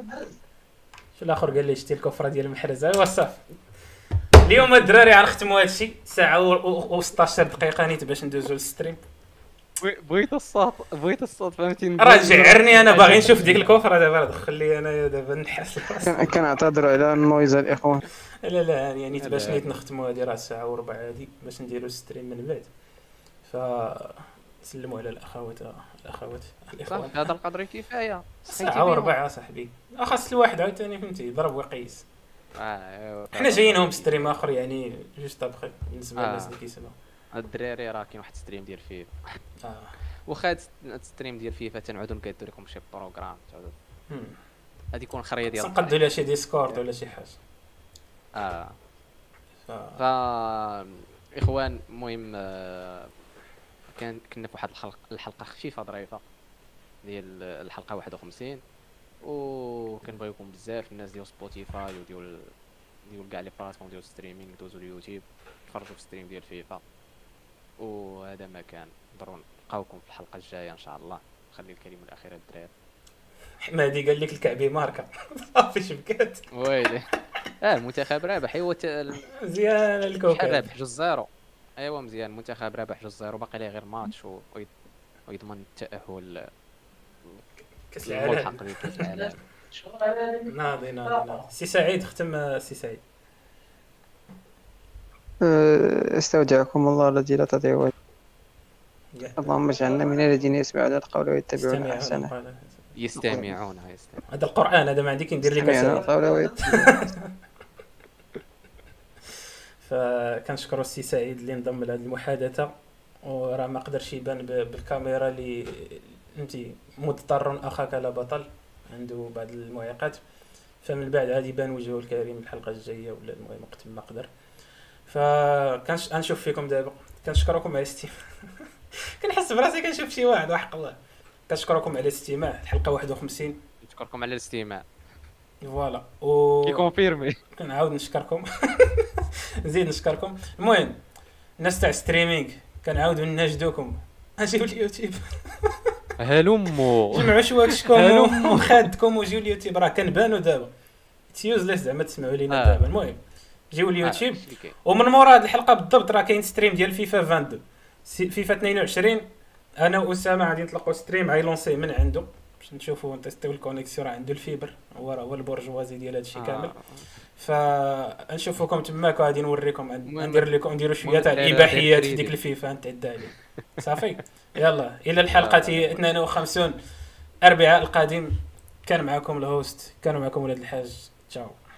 شو الاخر قال لي شتي الكفره ديال المحرز ايوا صافي. اليوم الدراري غنختموا هذا الشيء ساعه و ستطاش دقيقه نيت باش ندوزو للستريم. بغيت الصوت بغيت الصوت فهمتي راه جعرني انا باغي نشوف ديك الكفره دابا دخل لي انايا دابا نحس كنعتذروا على النويز الاخوان. لا لا يعني باش نيت نختموا هذه راه ساعه وربع هذه باش نديروا الستريم من بعد ف سلموا على الاخوات الاخوات الاخوان هذا القدر كفايه ساعه وربع صاحبي خاص الواحد عاوتاني فهمتي يضرب ويقيس. اه حنا جايينهم ستريم اخر يعني جوج طابخي بالنسبه للناس اللي كيسمعوا الدراري راه كاين واحد ستريم ديال فيفا اه واخا الستريم ديال فيفا تنعودوا نقادوا لكم شي بروغرام تعودوا غادي يكون خريه ديال نقدوا لها شي ديسكورد ولا شي حاجه اه ف ف اخوان المهم آه... كان كنا في واحد الحلقه الحلقه خفيفه ظريفه ديال الحلقه واحد وخمسين وكنبغيكم بزاف الناس ديال سبوتيفاي وديال ديال كاع لي بلاتفورم ديال ستريمينغ دوزوا اليوتيوب تفرجوا في ستريم ديال فيفا وهذا ما كان نضروا نلقاوكم في الحلقه الجايه ان شاء الله. خلي الكلمه الاخيره للدراري. حمادي قال لك الكعبي ماركه صافي شبكات ويلي اه المنتخب رابح ايوا مزيان الكوكب رابح جوج زيرو ايوا مزيان المنتخب رابح جوج زيرو باقي ليه غير ماتش ويضمن التاهل كاس العالم كاس العالم. ناضي ناضي سي سعيد ختم سي سعيد. استودعكم الله الذي لا تضيع ودائعه. اللهم اجعلنا من الذين يسمعون القول ويتبعون احسنه. يستمعون هذا القران هذا ما عندك ندير لك اسئله. فكنشكروا السي سعيد اللي انضم لهذه المحادثه وراه ما قدرش يبان بالكاميرا اللي فهمتي مضطر اخاك لا بطل عنده بعض المعيقات فمن بعد عاد يبان وجهه الكريم الحلقه الجايه ولا المهم وقت ما قدر. فكنش غنشوف فيكم دابا كنشكركم على الاستماع. كنحس براسي كنشوف شي واحد وحق الله. كنشكركم على الاستماع الحلقه واحد وخمسين. نشكركم على الاستماع فوالا و كيكونفيرمي كنعاود نشكركم نزيد نشكركم. المهم الناس تاع ستريمينغ كنعاودوا نناشدوكم اجيو اليوتيوب هلمو جمعوا شواتشكم وخادكم وجيو اليوتيوب راه كنبانوا دابا تيوزليس زعما تسمعوا لينا دابا. المهم جيو اليوتيوب ومن مورا هذه الحلقه بالضبط راه كاين ستريم ديال فيفا اثنين وعشرين فيفا اثنين وعشرين انا واسامه غادي نطلقوا ستريم غادي لونسي من عنده باش نشوفوا نتيستيو الكونيكسيون راه عنده الفيبر هو راه هو البرجوازي ديال هذا الشيء كامل. فنشوفوكم تماك وغادي نوريكم ندير لكم نديروا شويه تاع الاباحيات في ديك الفيفا نتعدى عليه صافي. يلا الى الحلقه اثنين وخمسين الاربعاء القادم كان معكم الهوست كان معكم ولاد الحاج تشاو.